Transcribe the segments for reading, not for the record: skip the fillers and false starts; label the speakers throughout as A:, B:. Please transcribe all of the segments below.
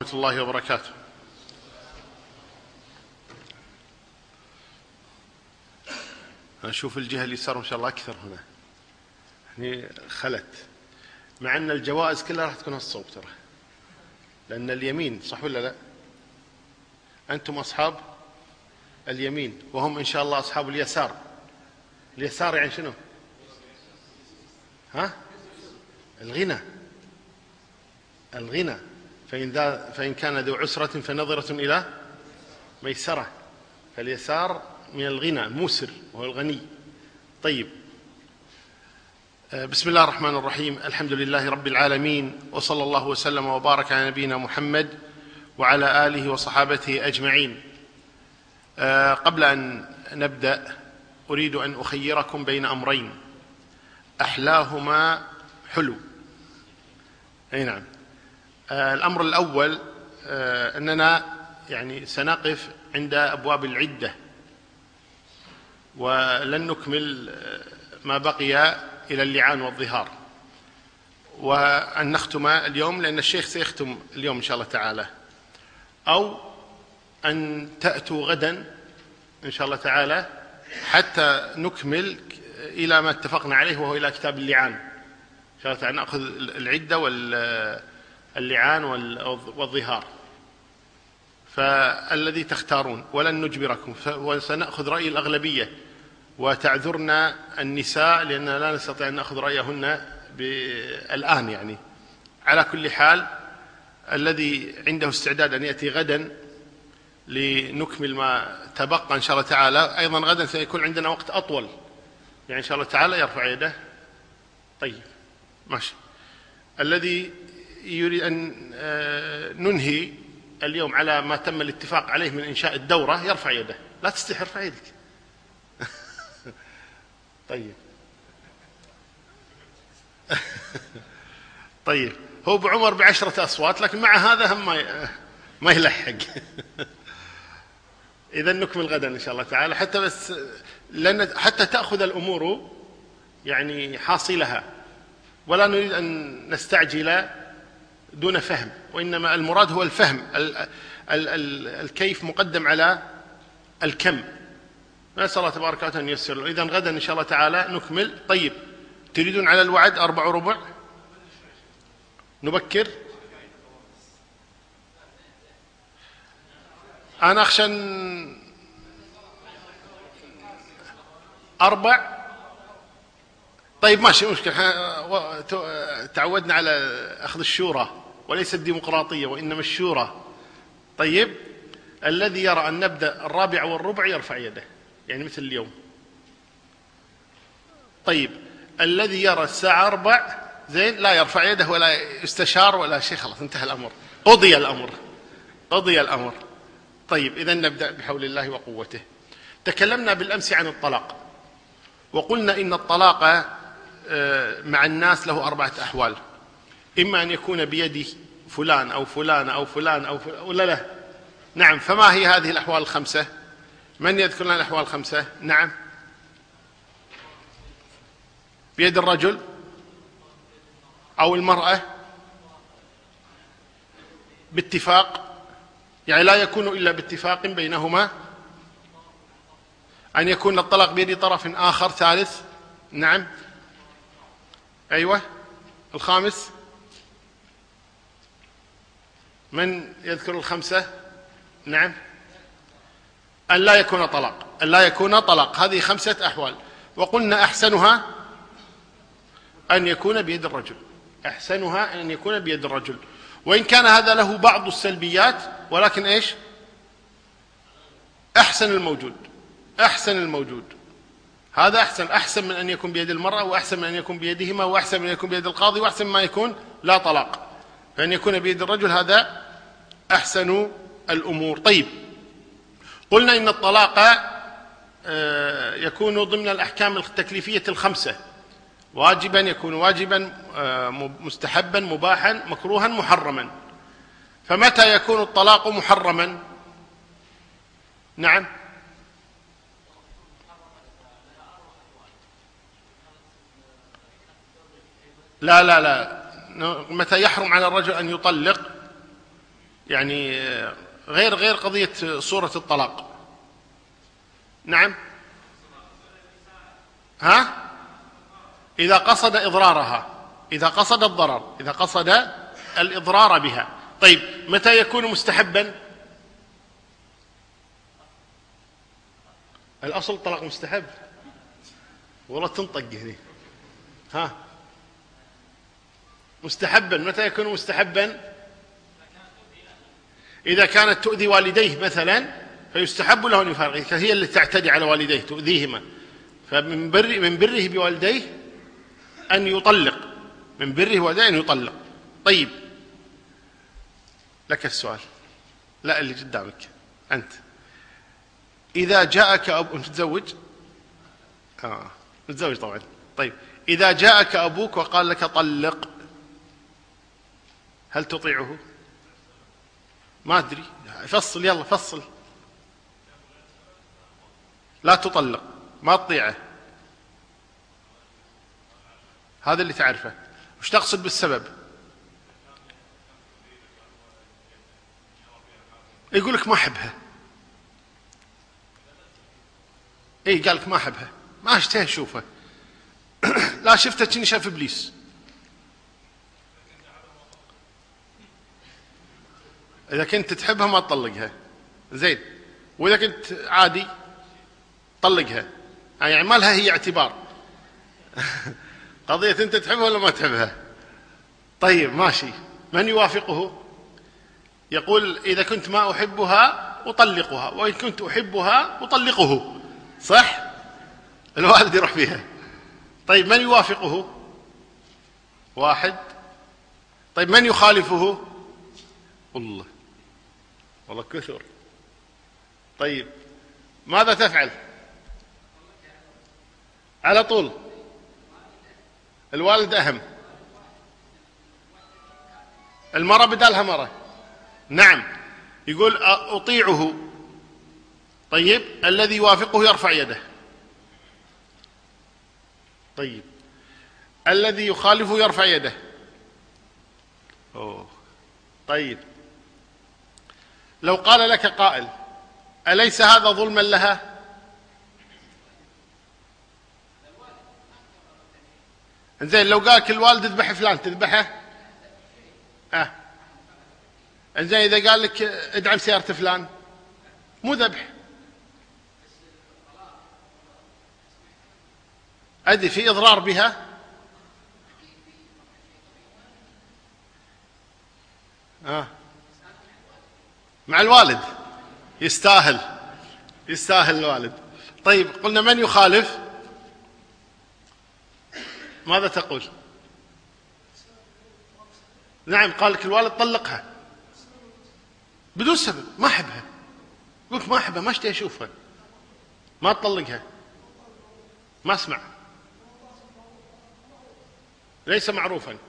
A: ورحمة الله وبركاته. أشوف الجهة اليسار ما شاء الله أكثر هنا، يعني خلت، مع أن الجوائز كلها راح تكون هالصوب ترى، لأن اليمين صح ولا لا؟ أنتم أصحاب اليمين وهم إن شاء الله أصحاب اليسار. اليسار يعني شنو؟ ها؟ الغنى. فإن كان ذو عسرة فنظرة إلى ميسرة، فاليسار من الغنى، الموسر وهو الغني. طيب، بسم الله الرحمن الرحيم. الحمد لله رب العالمين، وصلى الله وسلم وبارك على نبينا محمد وعلى آله وصحابته أجمعين. قبل أن نبدأ أريد أن أخيركم بين أمرين أحلاهما حلو. أي نعم. الأمر الأول أننا يعني سنقف عند أبواب العدة، ولن نكمل ما بقي إلى اللعان والظهار، وأن نختم اليوم لأن الشيخ سيختم اليوم إن شاء الله تعالى، أو أن تأتوا غدا إن شاء الله تعالى حتى نكمل إلى ما اتفقنا عليه، وهو إلى كتاب اللعان إن شاء الله تعالى. نأخذ العدة واللعان والظهار، فالذي تختارون، ولن نجبركم، وسنأخذ رأي الأغلبية، وتعذرنا النساء لأننا لا نستطيع أن نأخذ رأيهن الآن. يعني على كل حال، الذي عنده استعداد أن يأتي غدا لنكمل ما تبقى إن شاء الله تعالى. أيضا غدا سيكون عندنا وقت أطول، يعني إن شاء الله تعالى يرفع يده. طيب ماشي. الذي يريد أن ننهي اليوم على ما تم الاتفاق عليه من إنشاء الدورة يرفع يده. لا تستحي، ارفع يدك. طيب. طيب، هو بعمر ب10 أصوات، لكن مع هذا هم ما يلحق. إذا نكمل غدا إن شاء الله تعالى، حتى بس لأن حتى تأخذ الأمور يعني حاصلها، ولا نريد أن نستعجل دون فهم، وإنما المراد هو الفهم. الكيف مقدم على الكم. نسأل الله تبارك وتعالى أن ييسر له. إذا غدا إن شاء الله تعالى نكمل. طيب، تريدون على الوعد 4:15 نبكر؟ أنا أخشى 4. طيب ماشي، مشكلة. تعودنا على أخذ الشورى وليس الديمقراطية وإنما الشورى. طيب، الذي يرى أن نبدأ 4:15 يرفع يده، يعني مثل اليوم. طيب، الذي يرى الساعة 4 زين لا يرفع يده ولا يستشار ولا شيء، خلاص انتهى الأمر، قضي الأمر. طيب، إذن نبدأ بحول الله وقوته. تكلمنا بالأمس عن الطلاق، وقلنا إن الطلاق مع الناس له 4 أحوال: إما أن يكون بيد فلان أو فلان أو فلان أو فلان، ولا لا؟ نعم. فما هي هذه الأحوال ال5؟ من يذكر لنا الأحوال ال5؟ نعم. بيد الرجل أو المرأة باتفاق، يعني لا يكون إلا باتفاق بينهما. أن يكون الطلاق بيد طرف آخر ثالث. نعم. أيوة. الخامس، من يذكر ال5؟ نعم. أن لا يكون طلاق. هذه 5 أحوال، وقلنا أحسنها أن يكون بيد الرجل. وإن كان هذا له بعض السلبيات، ولكن إيش؟ أحسن الموجود. هذا أحسن من أن يكون بيد المرأة، وأحسن من أن يكون بيدهما، وأحسن من أن يكون بيد القاضي، وأحسن ما يكون لا طلاق. فأن يكون بيد الرجل هذا أحسن الأمور. طيب، قلنا إن الطلاق يكون ضمن الأحكام التكليفية ال5: واجبا، يكون واجبا، مستحبا، مباحا، مكروها، محرما. فمتى يكون الطلاق محرما؟ نعم. لا، متى يحرم على الرجل أن يطلق؟ يعني غير قضية صورة الطلاق. نعم. ها؟ إذا قصد إضرارها، إذا قصد الضرر، إذا قصد الإضرار بها. طيب متى يكون مستحبا؟ الأصل الطلاق مستحب. والله تنطق هنا. ها؟ مستحبا متى يكون مستحبا؟ إذا كانت تؤذي والديه مثلا فيستحب له أن يفارق، هي اللي تعتدي على والديه تؤذيهما، فمن بره بوالديه أن يطلق، من بره والديه أن يطلق. طيب لك السؤال، لا اللي قدامك أنت، إذا جاءك أنت متزوج؟ متزوج طبعا. طيب إذا جاءك أبوك وقال لك طلق، هل تطيعه؟ ما أدري، فصل يلا فصل. لا تطلق، ما تطيعه، هذا اللي تعرفه. وش تقصد بالسبب؟ يقول لك ما أحبها. إيه قال لك ما أحبها، ما أشتهي أشوفها. لا شفتها كني شاف إبليس. إذا كنت تحبها ما تطلقها، زين. وإذا كنت عادي طلقها، يعني ما لها هي اعتبار. قضية أنت تحبها ولا ما تحبها. طيب ماشي. من يوافقه؟ يقول إذا كنت ما أحبها أطلقها، وإن كنت أحبها أطلقه. صح؟ الوالد يروح فيها. طيب من يوافقه؟ واحد. طيب من يخالفه؟ والله كثر. طيب ماذا تفعل؟ على طول الوالد أهم. المرأة بدالها مرة. نعم. يقول أطيعه. طيب الذي يوافقه يرفع يده. طيب الذي يخالفه يرفع يده. طيب لو قال لك قائل أليس هذا ظلما لها؟ زين لو قالك الوالد اذبح فلان تذبحه؟ زين إذا قال لك ادعم سيارة فلان مو ذبح. أدري في إضرار بها. مع الوالد يستاهل الوالد. طيب قلنا من يخالف؟ ماذا تقول؟ نعم قال لك الوالد طلقها بدون سبب، ما أحبها. قلت ما أحبها، ما اشتهي أشوفها، ما تطلقها. ما أسمع، ليس معروفا.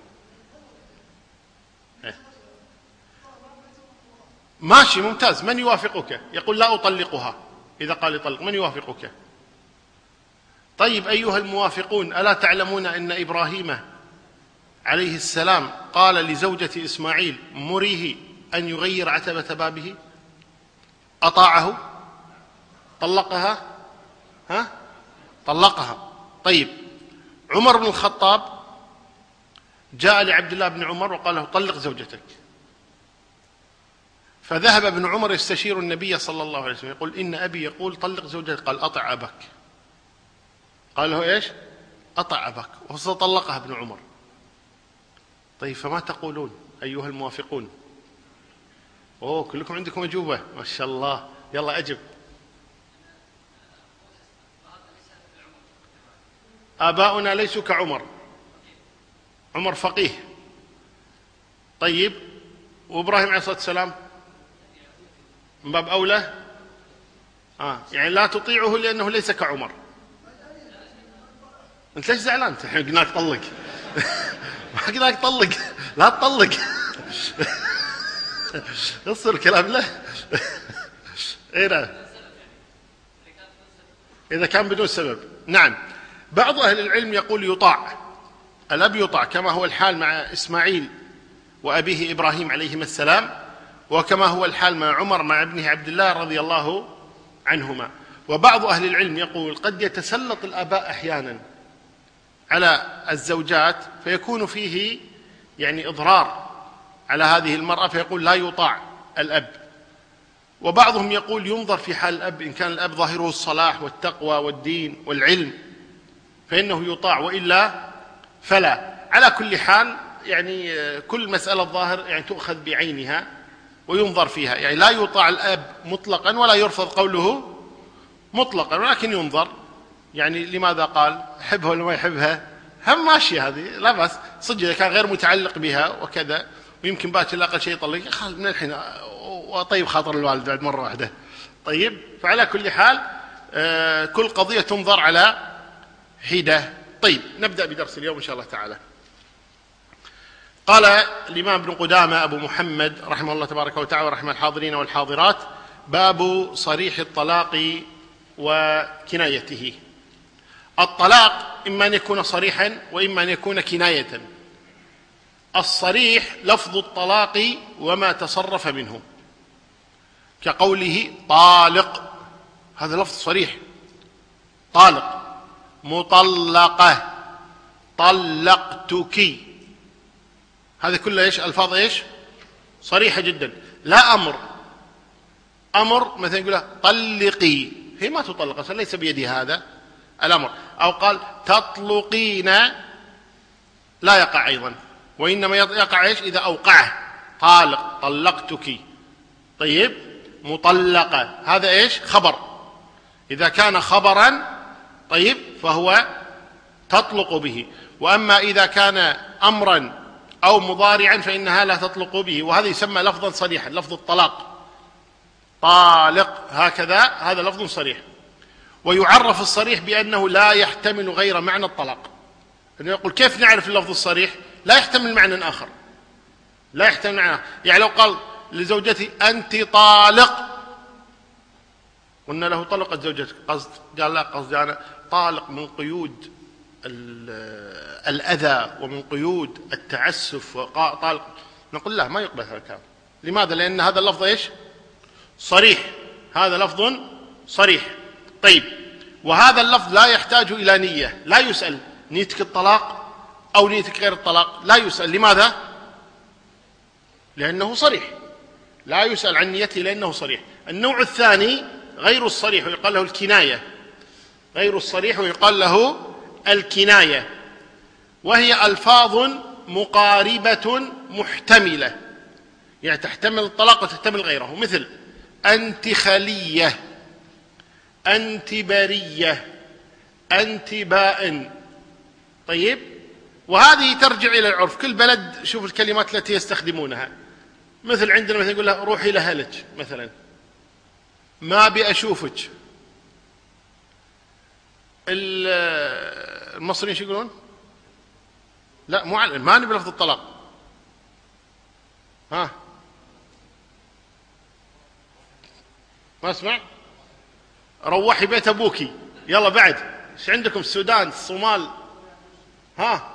A: ماشي ممتاز. من يوافقك؟ يقول لا أطلقها. إذا قال يطلق من يوافقك؟ طيب أيها الموافقون، ألا تعلمون أن إبراهيم عليه السلام قال لزوجة إسماعيل مريه أن يغير عتبة بابه؟ أطاعه؟ طلقها؟ طلقها. طيب عمر بن الخطاب جاء لعبد الله بن عمر وقال له طلق زوجتك، فذهب ابن عمر يستشير النبي صلى الله عليه وسلم يقول إن أبي يقول طلق زوجتك. قال أطع أباك. قال له إيش؟ أطع أباك. وطلقها ابن عمر. طيب فما تقولون أيها الموافقون؟ كلكم عندكم أجوبة ما شاء الله. يلا أجب. آباؤنا ليسوا كعمر. عمر فقيه. طيب وإبراهيم عليه الصلاة والسلام من باب أولى. يعني لا تطيعه لأنه ليس كعمر. أنت ليش زعلان؟ الحين قلنا لك طلق. ما قلنا لك طلق، لا تطلق. اصبر الكلام له. إذا كان بدون سبب. نعم. بعض أهل العلم يقول يطاع، الأب يطاع كما هو الحال مع إسماعيل وأبيه إبراهيم عليهما السلام، وكما هو الحال مع عمر مع ابنه عبد الله رضي الله عنهما. وبعض أهل العلم يقول قد يتسلط الآباء أحيانا على الزوجات فيكون فيه يعني إضرار على هذه المرأة، فيقول لا يطاع الأب. وبعضهم يقول ينظر في حال الأب، إن كان الأب ظاهره الصلاح والتقوى والدين والعلم فإنه يطاع، وإلا فلا. على كل حال يعني كل مسألة ظاهر يعني تؤخذ بعينها وينظر فيها، يعني لا يطاع الأب مطلقا ولا يرفض قوله مطلقا، ولكن ينظر يعني لماذا قال يحبها ولا ما يحبها، هم ماشية هذه لا بأس صدق إذا كان غير متعلق بها وكذا، ويمكن باكر لا أقل شيء يطلق خلاص من الحين وطيب خاطر الوالد بعد مرة واحدة. طيب، فعلى كل حال كل قضية تنظر على حدة. طيب، نبدأ بدرس اليوم إن شاء الله تعالى. قال الإمام ابن قدامة أبو محمد رحمه الله تبارك وتعالى ورحمه الحاضرين والحاضرات: باب صريح الطلاق وكنايته. الطلاق إما أن يكون صريحا وإما أن يكون كناية. الصريح لفظ الطلاق وما تصرف منه، كقوله طالق، هذا لفظ صريح. طالق، مطلقة، طلقتك، هذه كلها ايش؟ الفاظ ايش؟ صريحه جدا. لا امر مثلا يقول طلقي، هي ما تطلق اصلا، ليس بيدي هذا الامر. او قال تطلقين، لا يقع ايضا، وانما يقع ايش؟ اذا اوقعه. طالق، طلقتك. طيب، مطلقه، هذا ايش؟ خبر. اذا كان خبرا طيب فهو تطلق به، واما اذا كان امرا أو مضارعا فإنها لا تطلق به، وهذا يسمى لفظا صريحا، لفظ الطلاق. طالق هكذا، هذا لفظ صريح. ويعرف الصريح بأنه لا يحتمل غير معنى الطلاق. إنه يقول كيف نعرف اللفظ الصريح؟ لا يحتمل معنى آخر، لا يحتمل معنى آخر. يعني لو قال لزوجتي أنت طالق، قلنا له طلقت زوجتك، قصد قال لا، قصدي أنا طالق من قيود الأذى ومن قيود التعسف وطالق، نقول لا، ما يقبل هذا الكلام. لماذا؟ لأن هذا اللفظ إيش؟ صريح، هذا لفظ صريح. طيب، وهذا اللفظ لا يحتاج إلى نية، لا يسأل نيتك الطلاق أو نيتك غير الطلاق، لا يسأل. لماذا؟ لأنه صريح، لا يسأل عن نيته لأنه صريح. النوع الثاني غير الصريح ويقال له الكناية، غير الصريح ويقال له الكناية، وهي ألفاظ مقاربة محتملة، يعني تحتمل الطلاق وتحتمل غيره، مثل أنت خلية، أنت برية، أنت بائن. طيب، وهذه ترجع إلى العرف، كل بلد شوف الكلمات التي يستخدمونها. مثل عندنا مثلا يقول لها روحي لهلك مثلا، ما بأشوفك. المصريين شو يقولون؟ لا، ما نبي لفظ الطلاق. ها، ما اسمع، روحي بيت ابوكي. يلا بعد، ايش عندكم؟ السودان، الصومال، ها،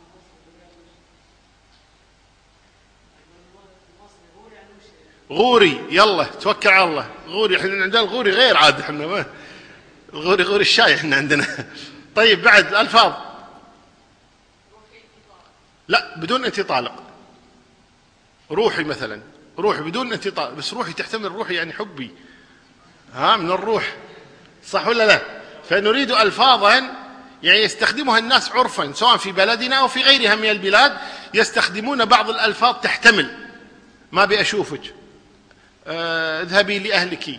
A: غوري. يلا توكل على الله، غوري. احنا عندنا الغوري غير عاد، احنا ما غوري الشاي احنا عندنا. طيب، بعد الألفاظ، لا بدون انت طالق. روحي مثلا، روحي بدون انت طالق، بس روحي تحتمل روحي يعني حبي، ها، من الروح، صح ولا لا؟ فنريد ألفاظا يعني يستخدمها الناس عرفا، سواء في بلدنا أو في غيرها من البلاد، يستخدمون بعض الألفاظ تحتمل. ما بأشوفك، اذهبي لأهلك،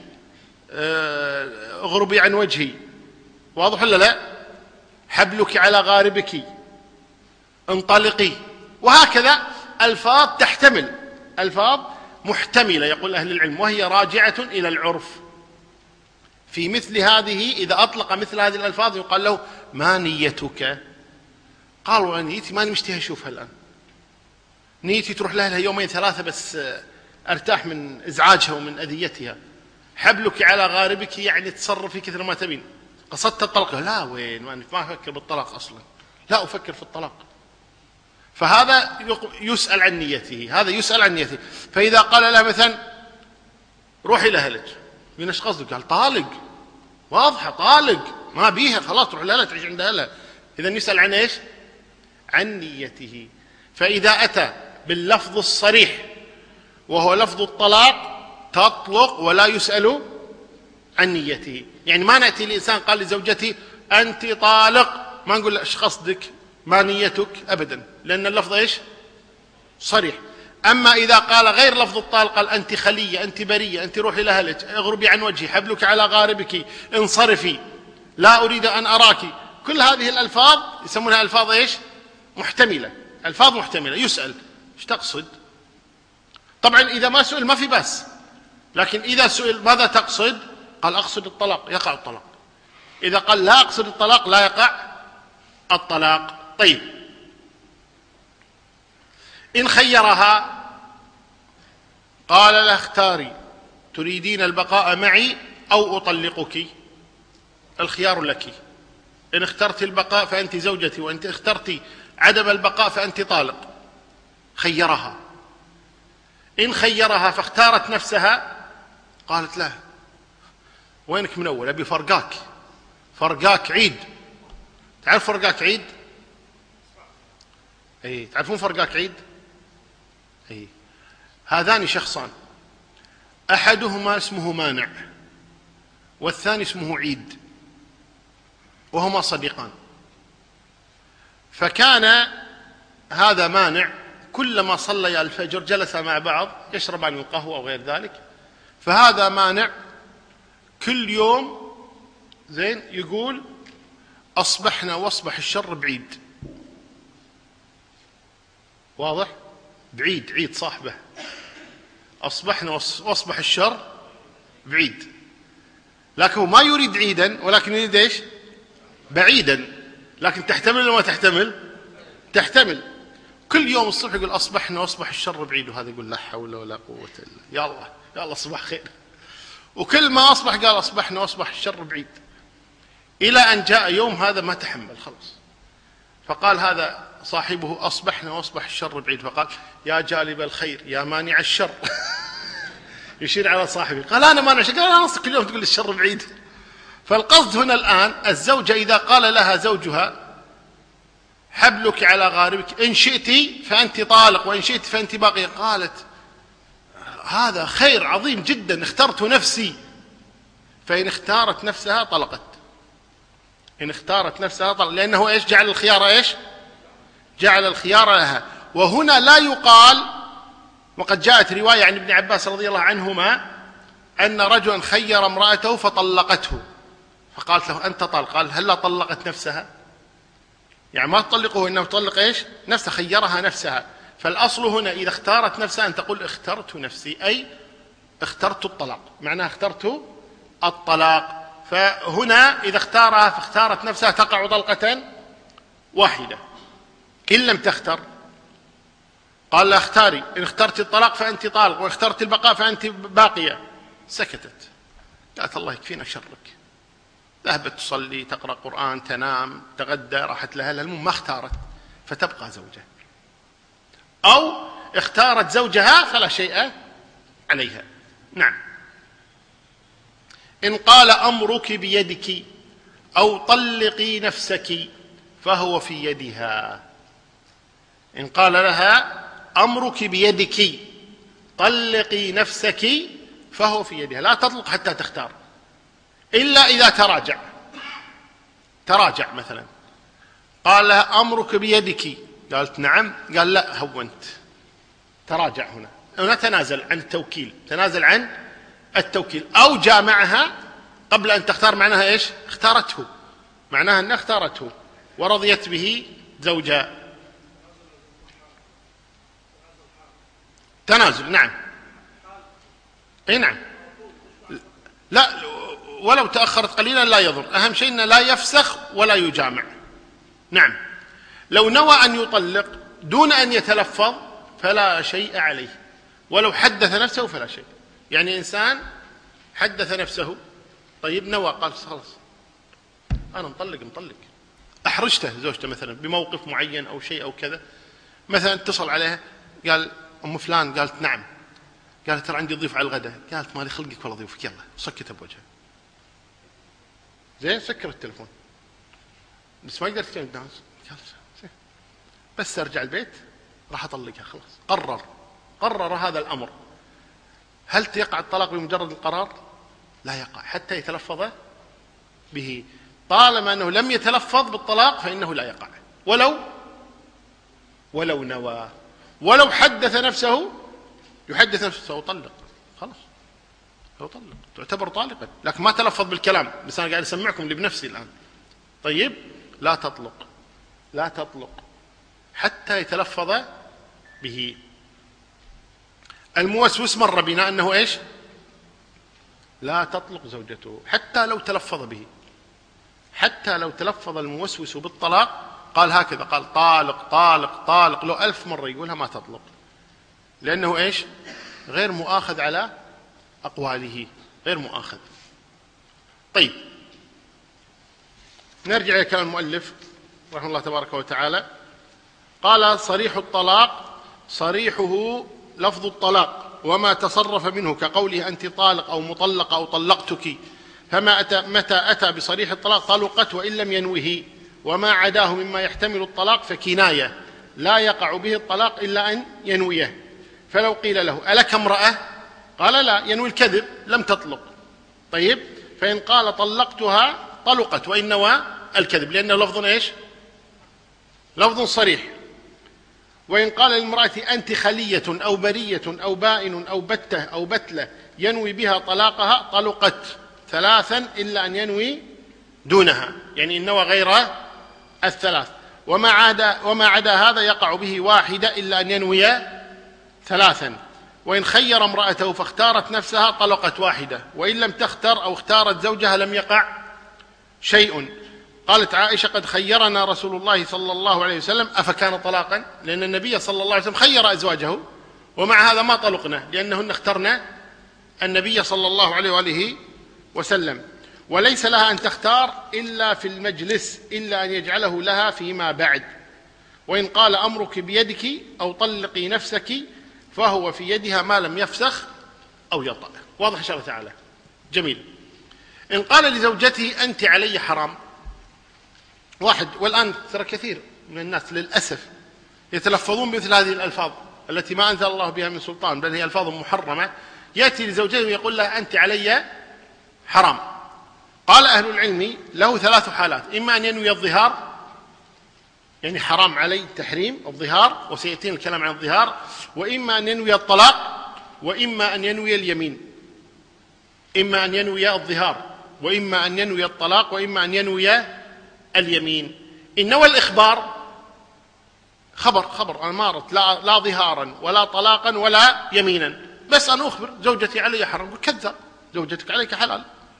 A: اغربي عن وجهي، واضح ولا لا؟ حبلك على غاربك، انطلقي، وهكذا ألفاظ تحتمل، ألفاظ محتملة يقول أهل العلم، وهي راجعة إلى العرف. في مثل هذه إذا أطلق مثل هذه الألفاظ يقال له ما نيتك؟ قالوا نيتي ماني مشتهي أشوفها الآن، نيتي تروح لها يومين ثلاثة بس أرتاح من إزعاجها ومن أذيتها. حبلك على غاربك يعني تصرفي كثر ما تبين. قصدت الطلاق؟ لا، وين، ما أفكر بالطلاق أصلا، لا أفكر في الطلاق. فهذا يسأل عن نيته، هذا يسأل عن نيته. فإذا قال لها مثلا روحي لأهلك، من ايش قصدك؟ قال طالق، واضحة طالق ما بيها، خلاص تروح لأهلها تعيش عند أهلها. إذا يسأل عن ايش؟ عن نيته. فإذا أتى باللفظ الصريح وهو لفظ الطلاق تطلق ولا يسأل عن نيته. يعني ما نأتي لإنسان قال لزوجتي أنت طالق ما نقول ايش قصدك ما نيتك أبدا، لأن اللفظ ايش؟ صريح. أما إذا قال غير لفظ الطلاق، قال أنت خلية، أنت برية، أنت روحي لأهلك، اغربي عن وجهي، حبلك على غاربك، انصرفي، لا أريد أن أراك، كل هذه الألفاظ يسمونها ألفاظ ايش؟ محتملة، ألفاظ محتملة. يسأل ايش تقصد؟ طبعا إذا ما سئل ما في بأس، لكن إذا سئل ماذا تقصد؟ قال أقصد الطلاق، يقع الطلاق. إذا قال لا أقصد الطلاق لا يقع الطلاق. طيب، إن خيرها قال لها اختاري تريدين البقاء معي أو أطلقك، الخيار لك. إن اخترت البقاء فأنت زوجتي، وإن اخترت عدم البقاء فأنت طالق. خيرها. إن خيرها فاختارت نفسها قالت لا، وينك من أول؟ أبي فرقاك، فرقاك عيد. تعرف فرقاك عيد؟ أي تعرفون فرقاك عيد؟ أي هذان شخصان، أحدهما اسمه مانع والثاني اسمه عيد، وهما صديقان. فكان هذا مانع كلما صليا الفجر جلسا مع بعض يشربان القهوة أو غير ذلك. فهذا مانع كل يوم زين يقول أصبحنا وأصبح الشر بعيد. واضح؟ بعيد، عيد صاحبه، أصبحنا وأصبح الشر بعيد. لكن هو ما يريد عيدا، ولكن يريد إيش؟ بعيدا. لكن تحتمل ولا ما تحتمل؟ تحتمل. كل يوم الصبح يقول أصبحنا وأصبح الشر بعيد، وهذا يقول لا حول ولا قوة إلا يا الله، يا الله صباح خير. وكل ما أصبح قال أصبحنا وأصبح الشر بعيد، إلى أن جاء يوم هذا ما تحمل خلاص، فقال هذا صاحبه أصبحنا وأصبح الشر بعيد، فقال يا جالب الخير يا مانع الشر. يشير على صاحبه، قال أنا مانع الشر، قال أنا كل يوم تقول الشر بعيد. فالقصد هنا الآن الزوجة إذا قال لها زوجها حبلك على غاربك، إن شئت فأنت طالق وإن شئت فأنت باقية، قالت هذا خير عظيم جدا، اخترت نفسي. فإن اختارت نفسها طلقت، إن اختارت نفسها طلقت، لأنه إيش؟ جعل الخيار إيش؟ جعل الخيار لها. وهنا لا يقال، وقد جاءت رواية عن ابن عباس رضي الله عنهما أن رجلا خير امرأته فطلقته، فقالت له أنت طالق، قال هلا طلقت نفسها؟ يعني ما تطلقه، إنه تطلق إيش؟ نفسها، خيرها نفسها. فالأصل هنا إذا اختارت نفسها أن تقول اخترت نفسي، أي اخترت الطلاق، معناها اخترت الطلاق. فهنا إذا اختارها فاختارت نفسها تقع طلقة واحدة. إن لم تختر قال لا اختاري، إن اخترت الطلاق فأنت طالق، وإن اخترت البقاء فأنت باقية. سكتت، قالت الله يكفينا شرك، ذهبت تصلي، تقرأ قرآن، تنام، تغدى، راحت لها، المهم ما اختارت، فتبقى زوجة. أو اختارت زوجها فلا شيء عليها. نعم. إن قال أمرك بيدك أو طلقي نفسك فهو في يدها. إن قال لها أمرك بيدك طلقي نفسك فهو في يدها، لا تطلق حتى تختار، إلا إذا تراجع مثلا، قال لها أمرك بيدك، قالت نعم، قال لا هونت، تراجع. هنا تنازل عن التوكيل، تنازل عن التوكيل. أو جامعها قبل أن تختار، معناها إيش؟ اختارته، معناها أنها اختارته ورضيت به زوجها. تنازل، نعم. اي نعم، لا ولو تأخرت قليلا لا يضر، أهم شيء أنه لا يفسخ ولا يجامع. نعم. لو نوى أن يطلق دون أن يتلفظ فلا شيء عليه، ولو حدث نفسه فلا شيء. يعني إنسان حدث نفسه، طيب نوى، قال خلاص أنا مطلق، أحرجته زوجته مثلا بموقف معين أو شيء أو كذا، مثلا اتصل عليها قال أم فلان، قالت نعم، قالت ترى عندي ضيف على الغداء، قالت مالي خلقك ولا ضيوفك، يلا سكتها بوجهها. زين سكر التلفون، بس ما يقدر يتكلم قدام. بس ارجع البيت راح اطلقها خلاص. قرر هذا الامر. هل يقع الطلاق بمجرد القرار؟ لا يقع حتى يتلفظ به. طالما انه لم يتلفظ بالطلاق فانه لا يقع، ولو نوى، ولو حدث نفسه طلق خلاص، هو طلق، تعتبر طالقا، لكن ما تلفظ بالكلام. بس انا قاعد اسمعكم اللي بنفسي الان. طيب لا تطلق حتى يتلفظ به. الموسوس مر بنا انه ايش؟ لا تطلق زوجته حتى لو تلفظ به، حتى لو تلفظ الموسوس بالطلاق، قال هكذا، قال طالق طالق طالق، لو 1000 مرة يقولها ما تطلق، لأنه إيش؟ غير مؤاخذ على أقواله، غير مؤاخذ. طيب نرجع إلى كلام المؤلف رحمه الله تبارك وتعالى. قال صريح الطلاق صريحه لفظ الطلاق وما تصرف منه، كقوله أنت طالق أو مطلق أو طلقتك، متى أتى بصريح الطلاق طلقت وإن لم ينوه، وما عداه مما يحتمل الطلاق فكناية لا يقع به الطلاق إلا أن ينويه. فلو قيل له ألك امرأة؟ قال لا، ينوي الكذب لم تطلق. طيب فإن قال طلقتها طلقت وإن نوى الكذب، لأنه لفظ إيش؟ لفظ صريح. وإن قال للمرأة أنت خلية أو برية أو بائن أو بتة أو بتلة ينوي بها طلاقها طلقت 3 إلا أن ينوي دونها، يعني إن نوى غير 3. وما عدا هذا يقع به 1 إلا أن ينوي 3. وإن خير امرأته فاختارت نفسها طلقت 1، وإن لم تختر أو اختارت زوجها لم يقع شيء. قالت عائشة قد خيرنا رسول الله صلى الله عليه وسلم أفكان طلاقا؟ لأن النبي صلى الله عليه وسلم خير أزواجه، ومع هذا ما طلقنا لأنهن اخترنا النبي صلى الله عليه وآله وسلم. وليس لها أن تختار إلا في المجلس إلا أن يجعله لها فيما بعد. وإن قال أمرك بيدك أو طلقي نفسك فهو في يدها ما لم يفسخ أو يطأ. واضح إن شاء الله تعالى؟ جميل. إن قال لزوجته أنت علي حرام، واحد، والآن ترى كثير من الناس للأسف يتلفظون بمثل هذه الألفاظ التي ما أنزل الله بها من سلطان، بل هي ألفاظ محرمة. يأتي لزوجته ويقول لها أنت علي حرام. قال أهل العلم له 3 حالات: إما أن ينوي الظهار، يعني حرام علي تحريم الظهار، وسيأتينا الكلام عن الظهار، وإما أن ينوي الطلاق، وإما أن ينوي اليمين. إما أن ينوي الظهار، وإما أن ينوي الطلاق، وإما أن ينوي اليمين. إن نوى الإخبار خبر أنا ما أردت لا ظهارا ولا طلاقا ولا يمينا، بس أنا أخبر زوجتي علي حرام، كذب، زوجتك عليك حلال.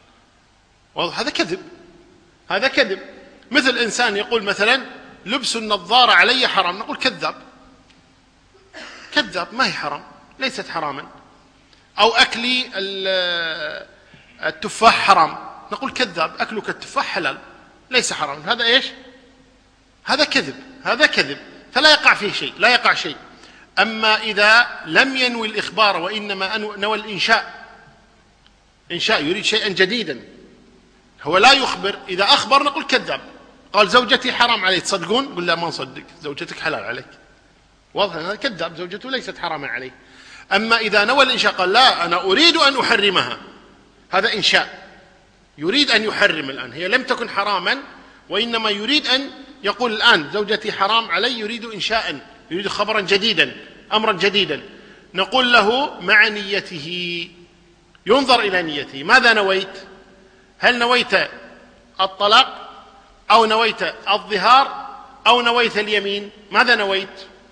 A: هذا كذب. مثل إنسان يقول مثلا لبس النظارة علي حرام، نقول كذاب، ما هي حرام، ليست حراما. أو أكلي التفاح حرام، نقول كذاب، أكلك التفاح حلال ليس حرام. هذا إيش؟ هذا كذب، فلا يقع فيه شيء، لا يقع شيء. أما إذا لم ينوي الإخبار وإنما نوى الإنشاء، يريد شيئا جديدا، هو لا يخبر. إذا أخبر نقول كذاب. قال زوجتي حرام عليك، تصدقون؟ قل لا ما نصدق، زوجتك حلال عليك. واضح هذا كذاب، زوجته ليست حراما عليه. أما إذا نوى الإنشاء قال لا أنا أريد أن أحرمها، هذا إنشاء، يريد أن يحرم الآن، هي لم تكن حراما وإنما يريد أن يقول الآن زوجتي حرام علي، يريد إنشاء، يريد خبرا جديدا، أمرا جديدا. نقول له مع نيته، ينظر إلى نيته، ماذا نويت؟ هل نويت الطلاق أو نويت الظهار أو نويت اليمين؟ ماذا نويت؟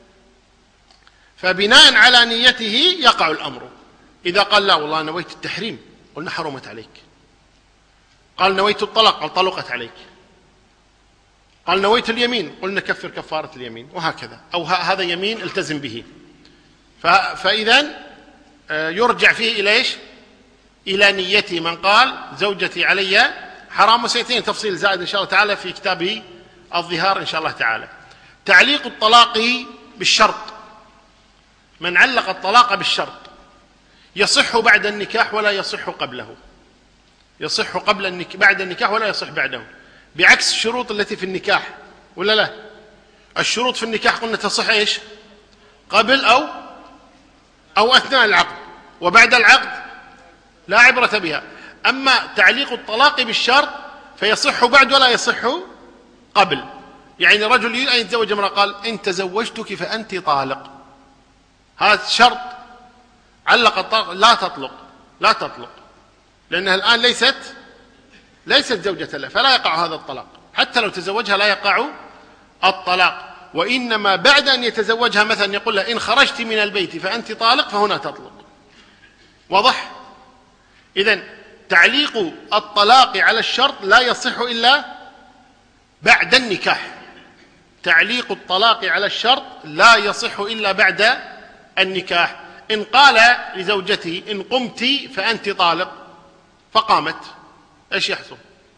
A: فبناء على نيته يقع الأمر. إذا قال لا والله نويت التحريم، قلنا حرمت عليك. قال نويت الطلاق، قال طلقت عليك. قال نويت اليمين، قلنا كفر كفارة اليمين، وهكذا. أو هذا يمين التزم به. فإذا يرجع فيه إلى إيش؟ إلى نيته. من قال زوجتي علي حرام، وسيأتينا تفصيل زائد إن شاء الله تعالى في كتابه الظهار إن شاء الله تعالى. تعليق الطلاق بالشرط، من علق الطلاق بالشرط يصح بعد النكاح ولا يصح قبله، يصح بعد النكاح ولا يصح بعده، بعكس الشروط التي في النكاح، ولا لا؟ الشروط في النكاح قلنا تصح ايش؟ قبل أو أثناء العقد، وبعد العقد لا عبرة بها. أما تعليق الطلاق بالشرط فيصح بعد ولا يصح قبل. يعني رجل يريد أن يتزوج امرأة قال إن تزوجتك فأنت طالق، هذا شرط، علق الطلاق، لا تطلق لأنها الآن ليست زوجة له، فلا يقع هذا الطلاق، حتى لو تزوجها لا يقع الطلاق. وإنما بعد أن يتزوجها مثلا يقول لها إن خرجت من البيت فأنت طالق، فهنا تطلق. واضح؟ إذن تعليق الطلاق على الشرط لا يصح إلا بعد النكاح، تعليق الطلاق على الشرط لا يصح إلا بعد النكاح. إن قال لزوجته إن قمت فأنت طالق فقامت، إيش يحصل؟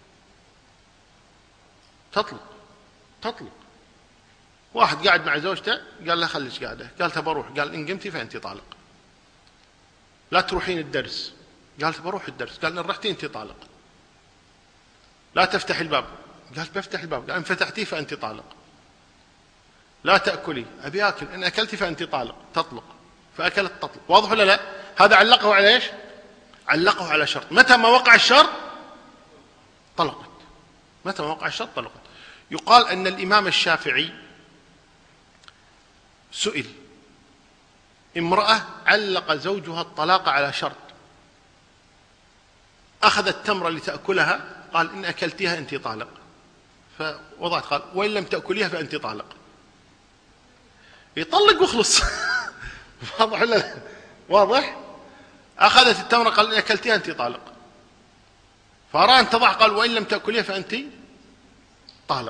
A: تطلق. واحد قاعد مع زوجته قال له خليش قاعدة، قالت بروح، قال إن قمتي فأنت طالق. لا تروحين الدرس، قالت بروح الدرس، قال إن رحتي أنت طالق. لا تفتح الباب، قالت بفتح الباب، قال إن فتحتيه فأنت طالق. لا تأكلي، أبي أكل، إن أكلتي فأنت طالق، تطلق، فأكلت تطلق. واضح ولا لا؟ هذا علقه على إيش؟ علقه على شرط، متى ما وقع الشرط طلقت، متى ما وقع الشرط طلقت. يقال أن الإمام الشافعي سئل، امرأة علق زوجها الطلاق على شرط، أخذت تمرة لتأكلها، قال إن أكلتها أنت طالق، فوضعت، قال وإن لم تأكليها فأنت طالق. يطلق وخلص. واضح ولا لا؟ واضح؟ أخذت التمرة، قال إن أكلتها أنت طالق، فأرى أن تضع، قال وإن لم تأكليها فأنت طالق،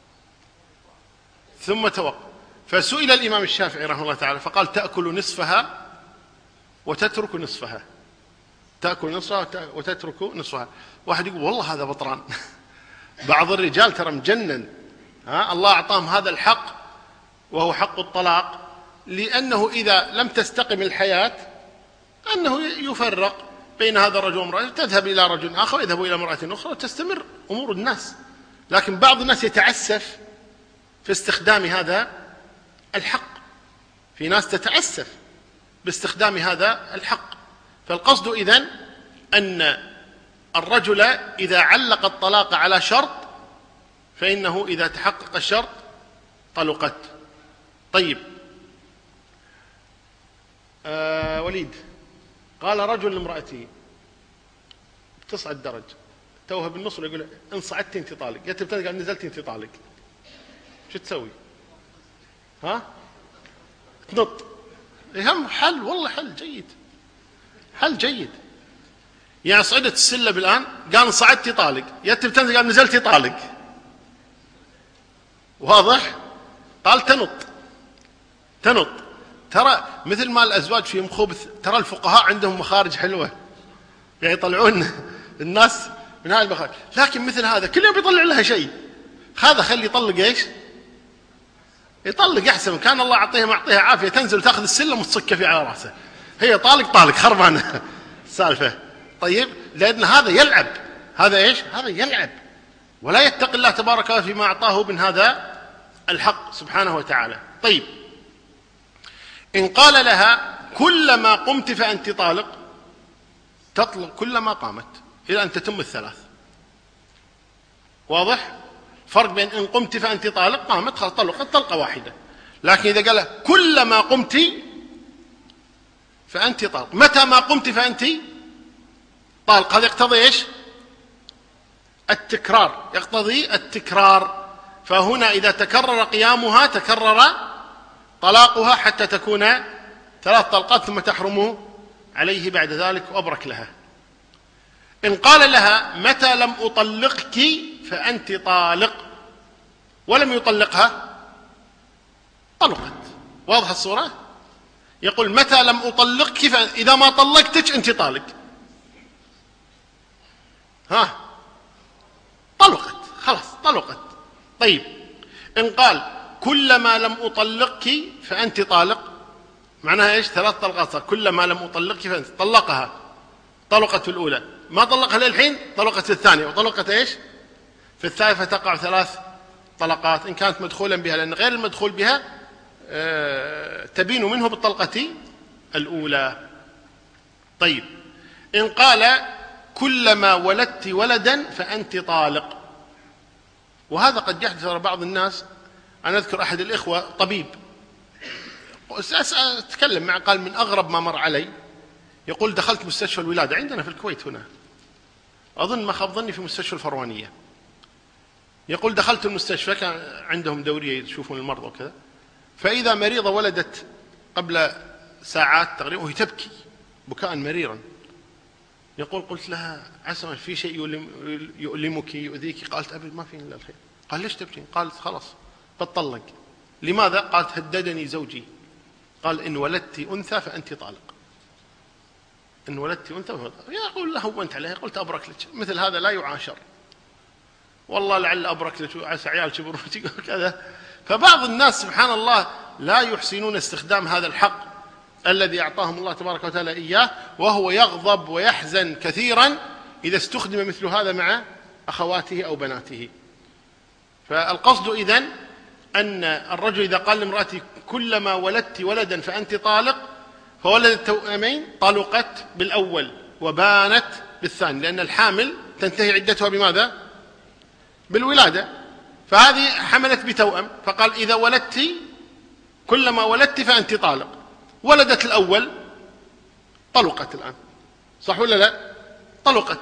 A: ثم توقف. فسئل الإمام الشافعي رحمه الله تعالى فقال تأكل نصفها وتترك نصفها، تأكل نصفها وتترك نصفها. واحد يقول والله هذا بطران. بعض الرجال ترى مجنن، الله أعطاهم هذا الحق وهو حق الطلاق، لأنه إذا لم تستقم الحياة أنه يفرق بين هذا الرجل وامرأة، تذهب إلى رجل آخر ويذهب إلى امرأة أخرى وتستمر أمور الناس. لكن بعض الناس يتعسف في استخدام هذا الحق، في ناس تتعسف باستخدام هذا الحق. فالقصد إذن أن الرجل إذا علق الطلاق على شرط فإنه إذا تحقق الشرط طلقت. طيب، وليد قال رجل لامرأته تصعد درج، توها بالنص ويقول إن صعدت أنت طالق، قال نزلت أنت طالق، شو تسوي؟ تنط. هم حل، والله حل جيد، حل جيد. يعني صعدت السلة الآن، قال صعدتي طالق، تنزل، قال نزلتي طالق. واضح؟ قال تنط. ترى مثل ما الأزواج فيهم خبث، ترى الفقهاء عندهم مخارج حلوة، يعني يطلعون الناس من هذه المخارج. لكن مثل هذا كل يوم يطلع لها شيء، هذا خلي يطلق ايش؟ يطلق احسن. كان الله معطيها عافية، تنزل وتاخذ السلم وتصك فيه على راسه، هي طالق خربانة السالفة. طيب، لأن هذا يلعب، هذا ايش؟ هذا يلعب ولا يتقي الله تبارك وتعالى فيما أعطاه من هذا الحق سبحانه وتعالى. طيب، إن قال لها كلما قمت فأنت طالق، تطلق كلما قامت إلى أن تتم الثلاث. واضح؟ فرق بين إن قمت فأنت طالق، قامت خلاص طلقت طلقة واحدة. لكن إذا قال كلما قمت فأنت طالق، متى ما قمت فأنت طالق، هذا يقتضي إيش؟ التكرار، يقتضي التكرار. فهنا إذا تكرر قيامها تكرر طلاقها حتى تكون 3 طلقات ثم تحرم عليه بعد ذلك، وأبرك لها. إن قال لها متى لم أطلقك فأنت طالق ولم يطلقها، طلقت. واضح الصورة؟ يقول متى لم أطلقك، إذا ما طلقتك أنت طالق، طلقت خلاص طلقت. طيب، إن قال كلما لم أطلقك فأنت طالق، معناها إيش؟ 3 طلقات، كلما لم أطلقك فأنت طلقها، طلقت في الأولى، ما طلقها للحين، طلقت في الثانية، وطلقت إيش؟ في الثالثة، فتقع 3 طلقات إن كانت مدخولا بها، لأن غير المدخول بها تبين منه بالطلقة الأولى. طيب، إن قال كلما ولدت ولدا فأنت طالق، وهذا قد يحدث على بعض الناس. أنا أذكر أحد الإخوة طبيب، أتكلم معه، قال من أغرب ما مر علي، يقول دخلت مستشفى الولادة عندنا في الكويت هنا، أظن ما خاب ظني في مستشفى الفروانية. يقول دخلت المستشفى، كان عندهم دورية يشوفون المرضى وكذا، فإذا مريضة ولدت قبل ساعات تقريبا وهي تبكي بكاء مريرا. يقول قلت لها عسى في شيء يؤلمك يؤذيك؟ قالت أبد ما في إلا الخير. قال ليش تبكين؟ قالت خلاص بتطلق. لماذا؟ قالت هددني زوجي، قال إن ولدت أنثى فأنت طالق، إن ولدت أنثى فأنت طالق. يقول له هونت عليها، قلت أبرك لك، مثل هذا لا يعاشر، والله لعل أبرك لك عسى عيال شبروتك وكذا. فبعض الناس سبحان الله لا يحسنون استخدام هذا الحق الذي أعطاهم الله تبارك وتعالى إياه، وهو يغضب ويحزن كثيرا إذا استخدم مثل هذا مع أخواته أو بناته. فالقصد إذن أن الرجل إذا قال لامرأته كلما ولدت ولدا فأنت طالق، فولدت توأمين، طلقت بالأول وبانت بالثاني، لأن الحامل تنتهي عدتها بماذا؟ بالولادة، فهذه حملت بتوأم، فقال إذا ولدت كلما ولدت فأنت طالق. ولدت الأول طلقت الآن، صح ولا لا؟ طلقت.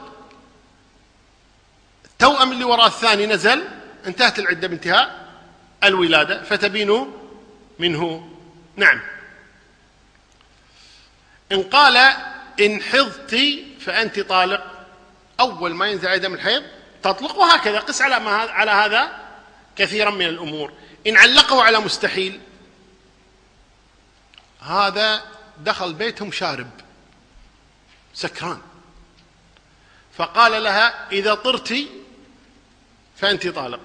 A: التوأم اللي وراء الثاني نزل، انتهت العدة بانتهاء الولادة، فتبين منه. نعم. إن قال إن حضت فأنت طالق، أول ما ينزل دم الحيض تطلق، وهكذا قس على هذا كثيرا من الأمور. إن علقه على مستحيل، هذا دخل بيتهم شارب سكران، فقال لها إذا طرت فأنت طالق،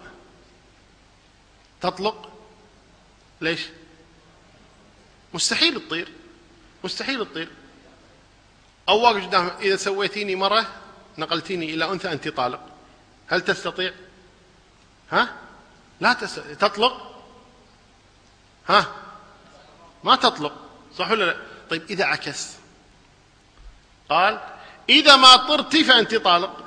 A: تطلق. ليش؟ مستحيل تطير، مستحيل تطير. أو واقف قدامها إذا سويتيني مرة نقلتيني إلى أنثى أنت طالق، هل تستطيع؟ ها؟ لا تستطيع. تطلق؟ ها؟ ما تطلق، صح ولا لا؟ طيب إذا عكس، قال إذا ما طرت فأنت طالق،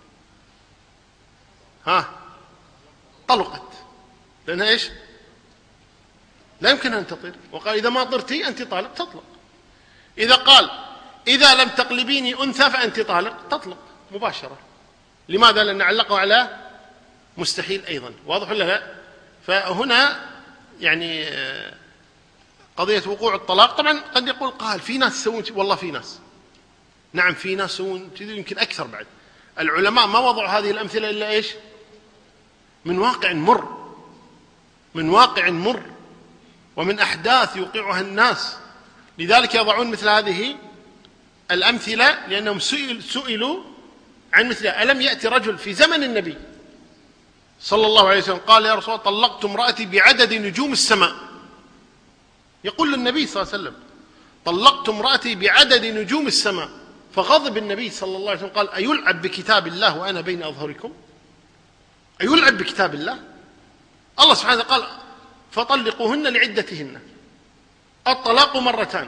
A: ها؟ طلقت، لأنها إيش؟ لا يمكن أن تطير. وقال إذا ما طرتي أنت طالق، تطلق. إذا قال إذا لم تقلبيني أنثى فأنت طالق، تطلق مباشرة. لماذا؟ لأن علقوا على مستحيل أيضا، واضح ولا لا؟ فهنا يعني قضية وقوع الطلاق، طبعا قد يقول قال في ناس يسوون، والله في ناس، نعم في ناس يسوون يمكن أكثر بعد. العلماء ما وضعوا هذه الأمثلة إلا إيش؟ من واقع مر، من واقع مر، ومن أحداث يوقعها الناس. لذلك يضعون مثل هذه الأمثلة، لأنهم سئلوا عن مثلها. ألم يأتي رجل في زمن النبي صلى الله عليه وسلم قال يا رسول الله طلقت امرأتي بعدد نجوم السماء، يقول للنبي صلى الله عليه وسلم طلقت امرأتي بعدد نجوم السماء، فغضب النبي صلى الله عليه وسلم قال أيلعب بكتاب الله وأنا بين أظهركم؟ أيلعب بكتاب الله؟ الله سبحانه وتعالى قال فطلقوهن لعدتهن، الطلاق مرتان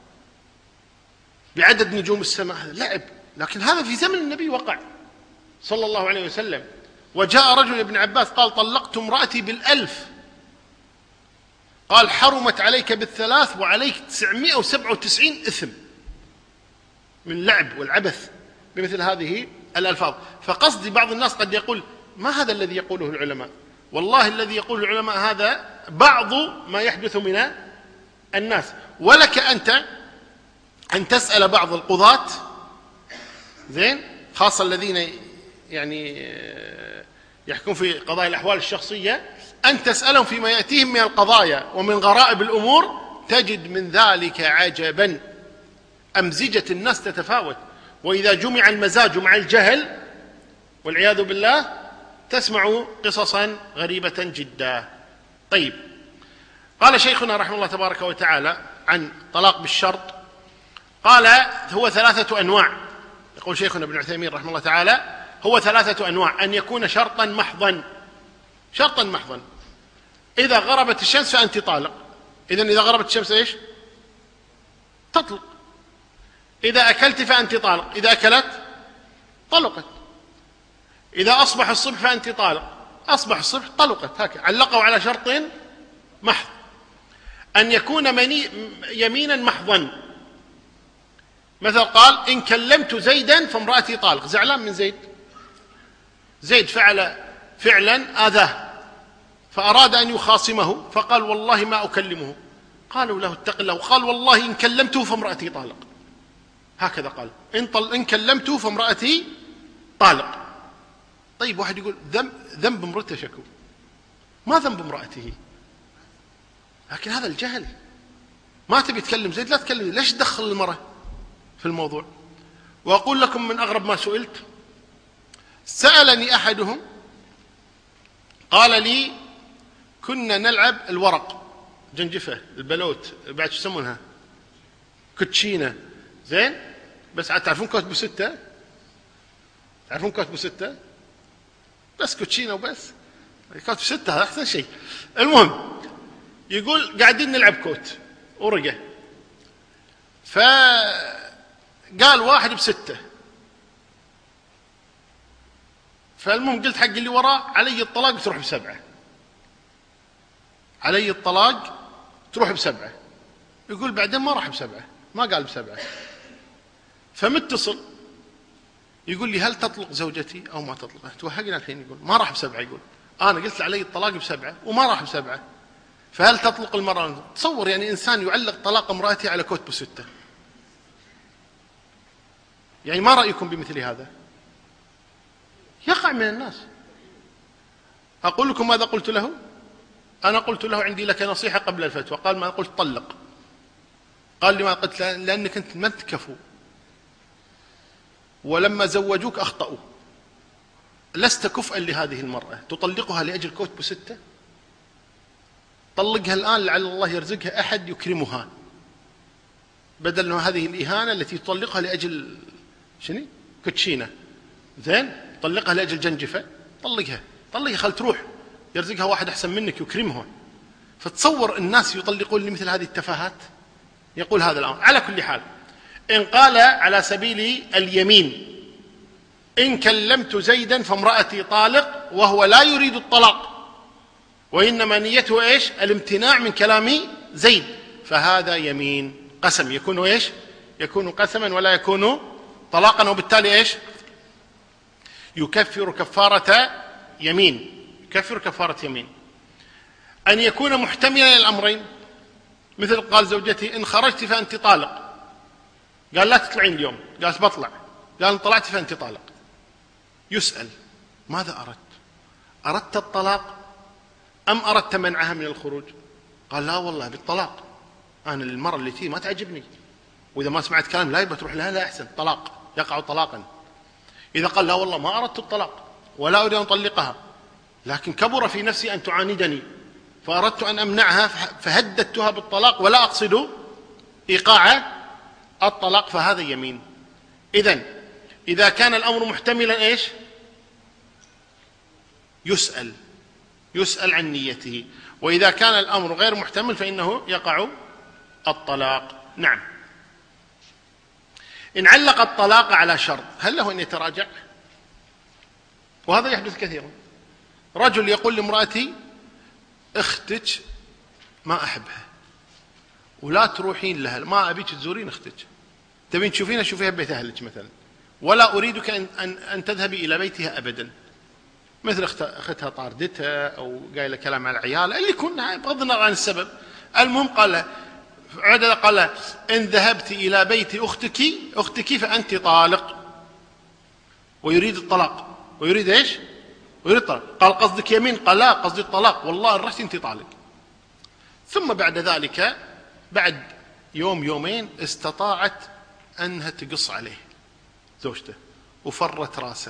A: بعدد نجوم السماء، هذا لعب. لكن هذا في زمن النبي وقع صلى الله عليه وسلم. وجاء رجل ابن عباس قال طلقت امرأتي بال1000، قال حرمت عليك بال3 وعليك 997 إثم من اللعب والعبث بمثل هذه الألفاظ. فقصد بعض الناس قد يقول ما هذا الذي يقوله العلماء؟ والله الذي يقول العلماء هذا بعض ما يحدث من الناس. ولك أنت أن تسأل بعض القضاة، زين، خاصة الذين يعني يحكم في قضايا الأحوال الشخصية، أن تسألهم فيما يأتيهم من القضايا ومن غرائب الأمور، تجد من ذلك عجبا. أمزجة الناس تتفاوت، وإذا جمع المزاج مع الجهل والعياذ بالله تسمع قصصا غريبة جدا. طيب، قال شيخنا رحمه الله تبارك وتعالى عن طلاق بالشرط، قال هو 3 أنواع. يقول شيخنا ابن عثيمين رحمه الله تعالى هو 3 أنواع: أن يكون شرطا محضا، شرطا محضا، إذا غربت الشمس فأنت طالق. إذن إذا غربت الشمس إيش؟ تطلق. إذا أكلت فأنت طالق، إذا أكلت طلقت. إذا أصبح الصبح فأنت طالق، أصبح الصبح طلقت. هكذا علقوا على شرط محض. أن يكون يمينا محضا، مثل قال إن كلمت زيدا فامرأتي طالق، زعلان من زيد، زيد فعل فعلا آذاه فأراد أن يخاصمه فقال والله ما أكلمه، قالوا له اتق الله، وقال والله إن كلمته فامرأتي طالق. هكذا قال إن كلمته فامرأتي طالق. طيب واحد يقول ذنب امرأته شكو، ما ذنب امرأته؟ لكن هذا الجهل. ما تبي تكلم زيد لا تكلم، ليش تدخل المرأة في الموضوع؟ وأقول لكم من أغرب ما سئلت، سألني أحدهم قال لي كنا نلعب الورق، جنجفة، البلوت، بعد شو يسمونها، كوتشينة، زين، بس تعرفون كوت ب6؟ تعرفون كوت ب6؟ بس كوتشينة وبس، كوت ب6 هذا أحسن شيء. المهم يقول قاعدين نلعب كوت ورقة، فقال واحد ب6، فالمهم قلت حق اللي وراه علي الطلاق تروح ب7، علي الطلاق تروح ب7. يقول بعدين ما راح ب7، ما قال ب7، فمتصل يقول لي هل تطلق زوجتي أو ما تطلق؟ توهقنا الحين. يقول ما راح ب7، يقول أنا قلت علي الطلاق ب7 وما راح ب7، فهل تطلق المرأة؟ تصور يعني إنسان يعلق طلاق امرأته على كوت ب6. يعني ما رأيكم بمثل هذا؟ يقع من الناس. أقول لكم ماذا قلت له؟ أنا قلت له عندي لك نصيحة قبل الفتوى. قال ما قلت طلق. قال لي ما قلت لأنك أنت ما تكفو، ولما زوجوك أخطأوا، لست كفءا لهذه المرأة، تطلقها لأجل كوت ب6؟ طلقها الآن لعل الله يرزقها أحد يكرمها، بدل من هذه الإهانة التي تطلقها لأجل شنو؟ كوتشينة، زين، طلقها لأجل جنجفة، طلقها خل تروح يرزقها واحد أحسن منك يكرمها. فتصور الناس يطلقون لمثل هذه التفاهات. يقول هذا الأمر. على كل حال، إن قال على سبيل اليمين إن كلمت زيدا فامرأتي طالق وهو لا يريد الطلاق وإنما نيته إيش؟ الامتناع من كلام زيد، فهذا يمين قسم، يكون إيش؟ يكون قسما ولا يكون طلاقا، وبالتالي إيش؟ يكفر كفارة يمين، يكفر كفارة يمين. أن يكون محتملا للأمرين، مثل قال زوجتي إن خرجت فأنت طالق، قال لا تطلعين اليوم، قالت بطلع، قال إن طلعت فأنت طالق. يسأل ماذا أردت؟ أردت الطلاق أم أردت منعها من الخروج؟ قال لا والله بالطلاق، أنا المرة اللي تي ما تعجبني، وإذا ما سمعت كلام لا يبقى تروح لها، لا أحسن طلاق، يقع طلاقا. إذا قال لا والله ما أردت الطلاق ولا أريد أن أطلقها، لكن كبر في نفسي أن تعاندني فأردت أن أمنعها فهددتها بالطلاق ولا أقصد إيقاع الطلاق، فهذا يمين. إذن إذا كان الأمر محتملا إيش؟ يسأل عن نيته، وإذا كان الأمر غير محتمل فإنه يقع الطلاق. نعم. إن علق الطلاق على شرط هل له أن يتراجع؟ وهذا يحدث كثيرا. رجل يقول لامرأتي اختك ما أحبها ولا تروحين لها، ما أبيك تزورين اختك، تبين تشوفينها شوفيها ببيت أهلك مثلا، ولا أريدك أن تذهبي إلى بيتها أبدا، مثل أختها طاردتها أو قايلة كلام على العيال اللي كنا بغض النظر عن السبب. المهم قال إن ذهبت إلى بيت أختك فأنت طالق، ويريد الطلاق، ويريد إيش؟ ويريد الطلاق. قال قصدك يمين؟ قال لا قصدي الطلاق، والله رحت أنت طالق. ثم بعد ذلك بعد يوم يومين استطاعت أنها تقص عليه زوجته وفرت راسه،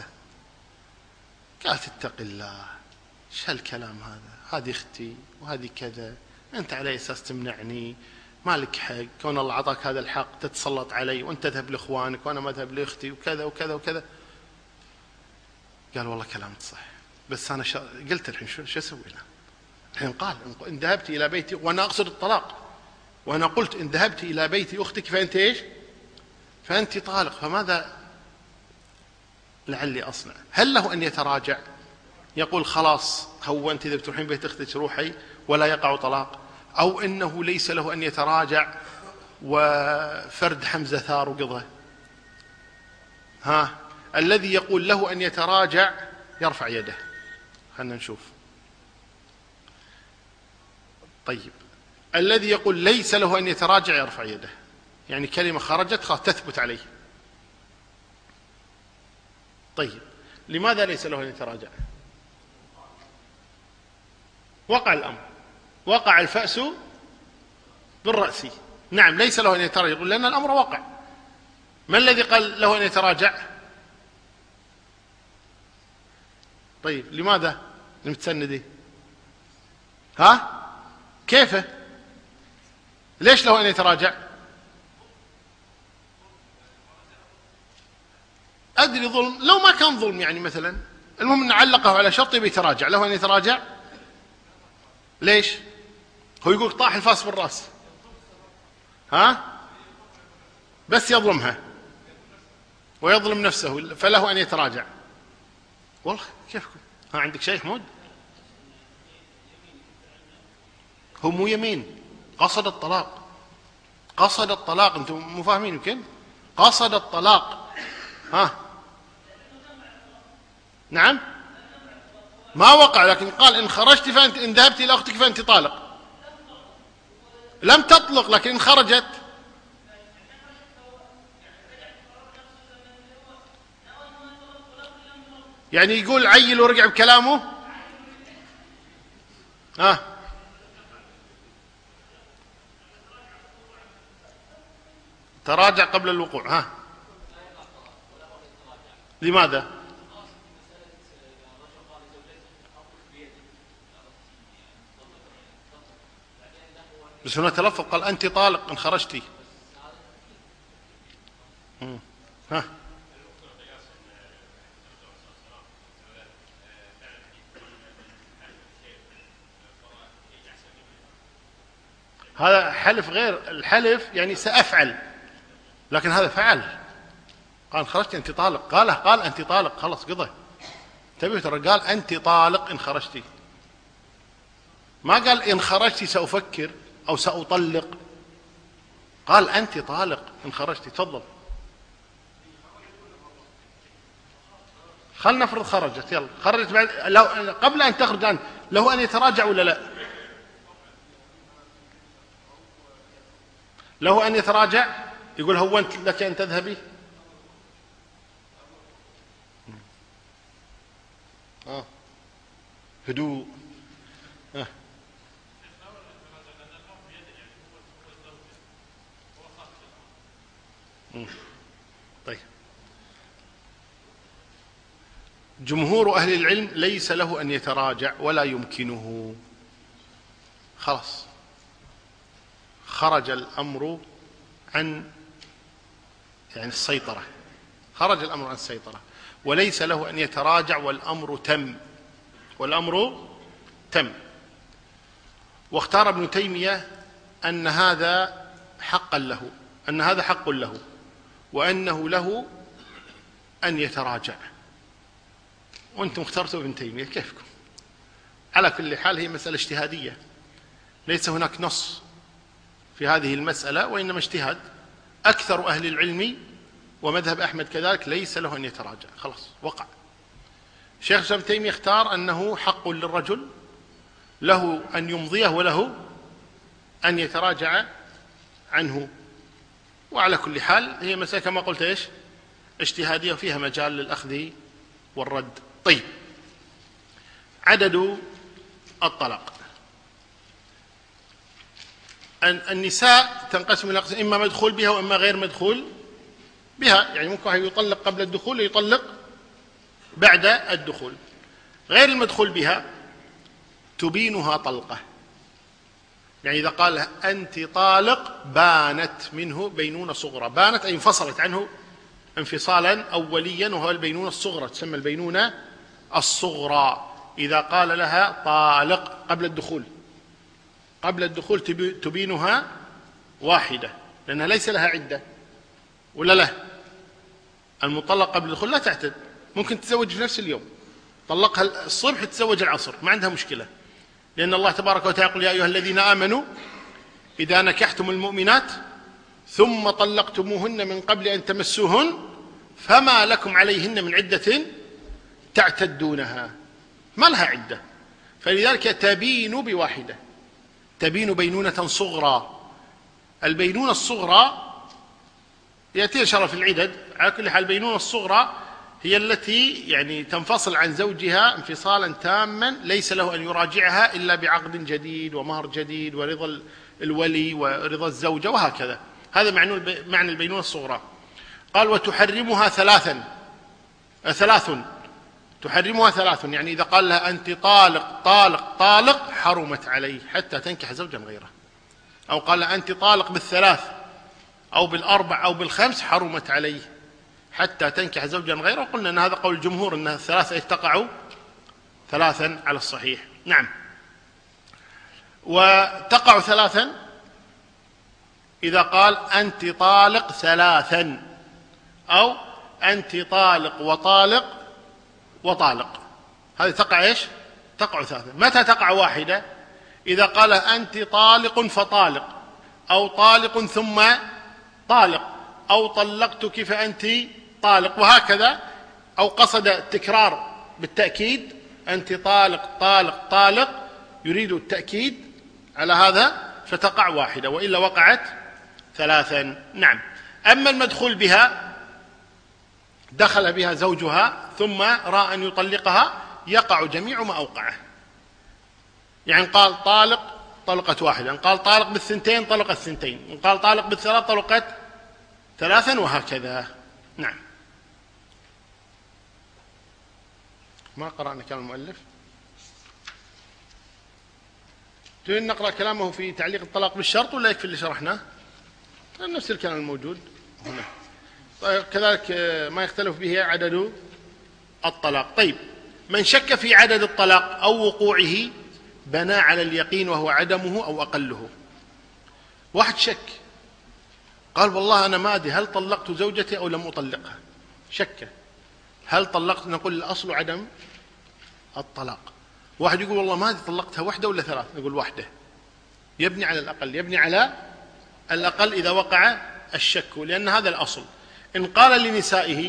A: قالت اتق الله، ايش هالكلام هذا، هذه اختي وهذه كذا أنت على أساس تمنعني، مالك حق، كون الله أعطاك هذا الحق تتسلط علي، وأنت تذهب لإخوانك وأنا ما أذهب لأختي وكذا وكذا وكذا. قال والله كلامك صح، بس أنا قلت الحين شو أسوي له؟ الحين قال إن ذهبت إلى بيتي، وأنا أقصد الطلاق، وأنا قلت إن ذهبت إلى بيت أختك فأنت إيش؟ فأنت طالق، فماذا لعلي أصنع؟ هل له أن يتراجع يقول خلاص هونت إذا بتروحين بيت أختك روحي ولا يقع طلاق، أو إنه ليس له أن يتراجع وفرد حمزة ثار وقضى؟ الذي يقول له أن يتراجع يرفع يده. خلنا نشوف. طيب الذي يقول ليس له أن يتراجع يرفع يده، يعني كلمة خرجت خلاص تثبت عليه. طيب لماذا ليس له أن يتراجع؟ وقع الأمر، وقع الفأس بالرأس. نعم ليس له أن يتراجع، يقول لأن الأمر وقع. ما الذي قال له أن يتراجع؟ طيب لماذا المتسندي؟ كيف؟ ليش له أن يتراجع؟ أدري ظلم، لو ما كان ظلم يعني مثلا، المهم أن علقه على شرط بيتراجع، له أن يتراجع. ليش؟ هو يقول طاح الفاس بالرأس، بس يظلمها ويظلم نفسه فله أن يتراجع. والله كيفكم؟ عندك شيء حمود؟ هو مو يمين، قصد الطلاق، قصد الطلاق. أنتم مو فاهمين يمكن؟ قصد الطلاق. نعم ما وقع، لكن قال إن خرجت فأنت، إن ذهبت إلى أختك فأنت طالق. لم تطلق لكن إن خرجت. يعني يقول عيل ورجع بكلامه. تراجع قبل الوقوع. لماذا؟ بس هنا تلفظ قال أنت طالق إن خرجتي. هذا حلف غير الحلف، يعني سأفعل، لكن هذا فعل. قال خرجت أنت طالق، قال أنت طالق، خلص قضى. انتبهوا ترى، قال أنت طالق إن خرجتي، ما قال إن خرجتي سأفكر أو سأطلق، قال أنت طالق إن خرجتي. تفضل. خلنا نفرض خرجت، يلا خرجت بعد، لو قبل أن تخرج أنت له أن يتراجع ولا لا؟ له أن يتراجع، يقول هونت لك أن تذهبي. هدوء. طيب جمهور أهل العلم ليس له أن يتراجع ولا يمكنه، خلاص خرج الأمر عن يعني السيطرة، خرج الأمر عن السيطرة، وليس له أن يتراجع والأمر تم، والأمر تم. واختار ابن تيمية أن هذا حقا له، أن هذا حق له، وأنه له أن يتراجع. وأنتم اخترتوا ابن تيمية، كيفكم؟ على كل حال هي مسألة اجتهادية، ليس هناك نص في هذه المسألة، وإنما اجتهاد. أكثر أهل العلم ومذهب أحمد كذلك ليس له أن يتراجع، خلاص وقع. شيخ ابن تيمية اختار أنه حق للرجل، له أن يمضيه وله أن يتراجع عنه. وعلى كل حال هي مسألة كما قلت إيش؟ اجتهادية، وفيها مجال للأخذ والرد. طيب عدد الطلاق. النساء تنقسم إلى قسمين، إما مدخول بها وإما غير مدخول بها، يعني ممكن يطلق قبل الدخول ويطلق بعد الدخول. غير المدخول بها تبينها طلقة، يعني إذا قال لها أنت طالق بانت منه بينونة صغرى، بانت أي انفصلت عنه انفصالا أوليا، وهو البينونة الصغرى، تسمى البينونة الصغرى. إذا قال لها طالق قبل الدخول تبينها واحدة، لأنها ليس لها عدة، ولا له المطلق قبل الدخول لا تعتد، ممكن تتزوج في نفس اليوم، طلقها الصبح تتزوج العصر، ما عندها مشكلة، لأن الله تبارك وتعالى يقول: يا أيها الذين آمنوا إذا نكحتم المؤمنات ثم طلقتموهن من قبل أن تمسوهن فما لكم عليهن من عدة تعتدونها، ما لها عدة، فلذلك تبين بواحدة، تبين بينونة صغرى. البينونة الصغرى يأتي إن شاء الله في العدد. على كل حال البينونة الصغرى هي التي يعني تنفصل عن زوجها انفصالا تاما، ليس له أن يراجعها إلا بعقد جديد ومهر جديد ورضا الولي ورضا الزوجة وهكذا. هذا معنى البينونة الصغرى. قال: وتحرمها ثلاث، تحرمها ثلاث، يعني إذا قال لها أنت طالق طالق طالق حرمت عليه حتى تنكح زوجا غيره، أو قال لها أنت طالق بالثلاث أو بالأربع أو بالخمس حرمت عليه حتى تنكح زوجا غيره. وقلنا أن هذا قول الجمهور، أن الثلاثة تقع ثلاثا على الصحيح. نعم. وتقع ثلاثا إذا قال أنت طالق ثلاثا، أو أنت طالق وطالق وطالق، هذه تقع إيش؟ تقع ثلاثا. متى تقع واحدة؟ إذا قال أنت طالق فطالق، أو طالق ثم طالق، أو طلقتك فأنت طالق، وهكذا، أو قصد التكرار بالتأكيد، أنت طالق طالق طالق، يريد التأكيد على هذا، فتقع واحدة، وإلا وقعت ثلاثا. نعم. أما المدخول بها، دخل بها زوجها ثم رأى أن يطلقها، يقع جميع ما أوقعه. يعني قال طالق طلقت واحدة، قال طالق بالثنتين طلقت الثنتين، قال طالق بالثلاث طلقت ثلاثا، وهكذا. نعم. ما قرأنا كلام المؤلف. تريد نقرأ كلامه في تعليق الطلاق بالشرط ولا يكفي اللي شرحناه؟ نفس الكلام الموجود هنا. طيب كذلك ما يختلف به عدد الطلاق. طيب، من شك في عدد الطلاق أو وقوعه بنى على اليقين وهو عدمه أو أقله. واحد شك، قال والله أنا ما أدري هل طلقت زوجتي أو لم أطلقها، شك هل طلقت، نقول الأصل عدم الطلاق. واحد يقول والله ما أدري طلقتها واحدة ولا ثلاث، نقول واحدة، يبني على الأقل، يبني على الأقل إذا وقع الشك، لأن هذا الأصل. إن قال لنسائه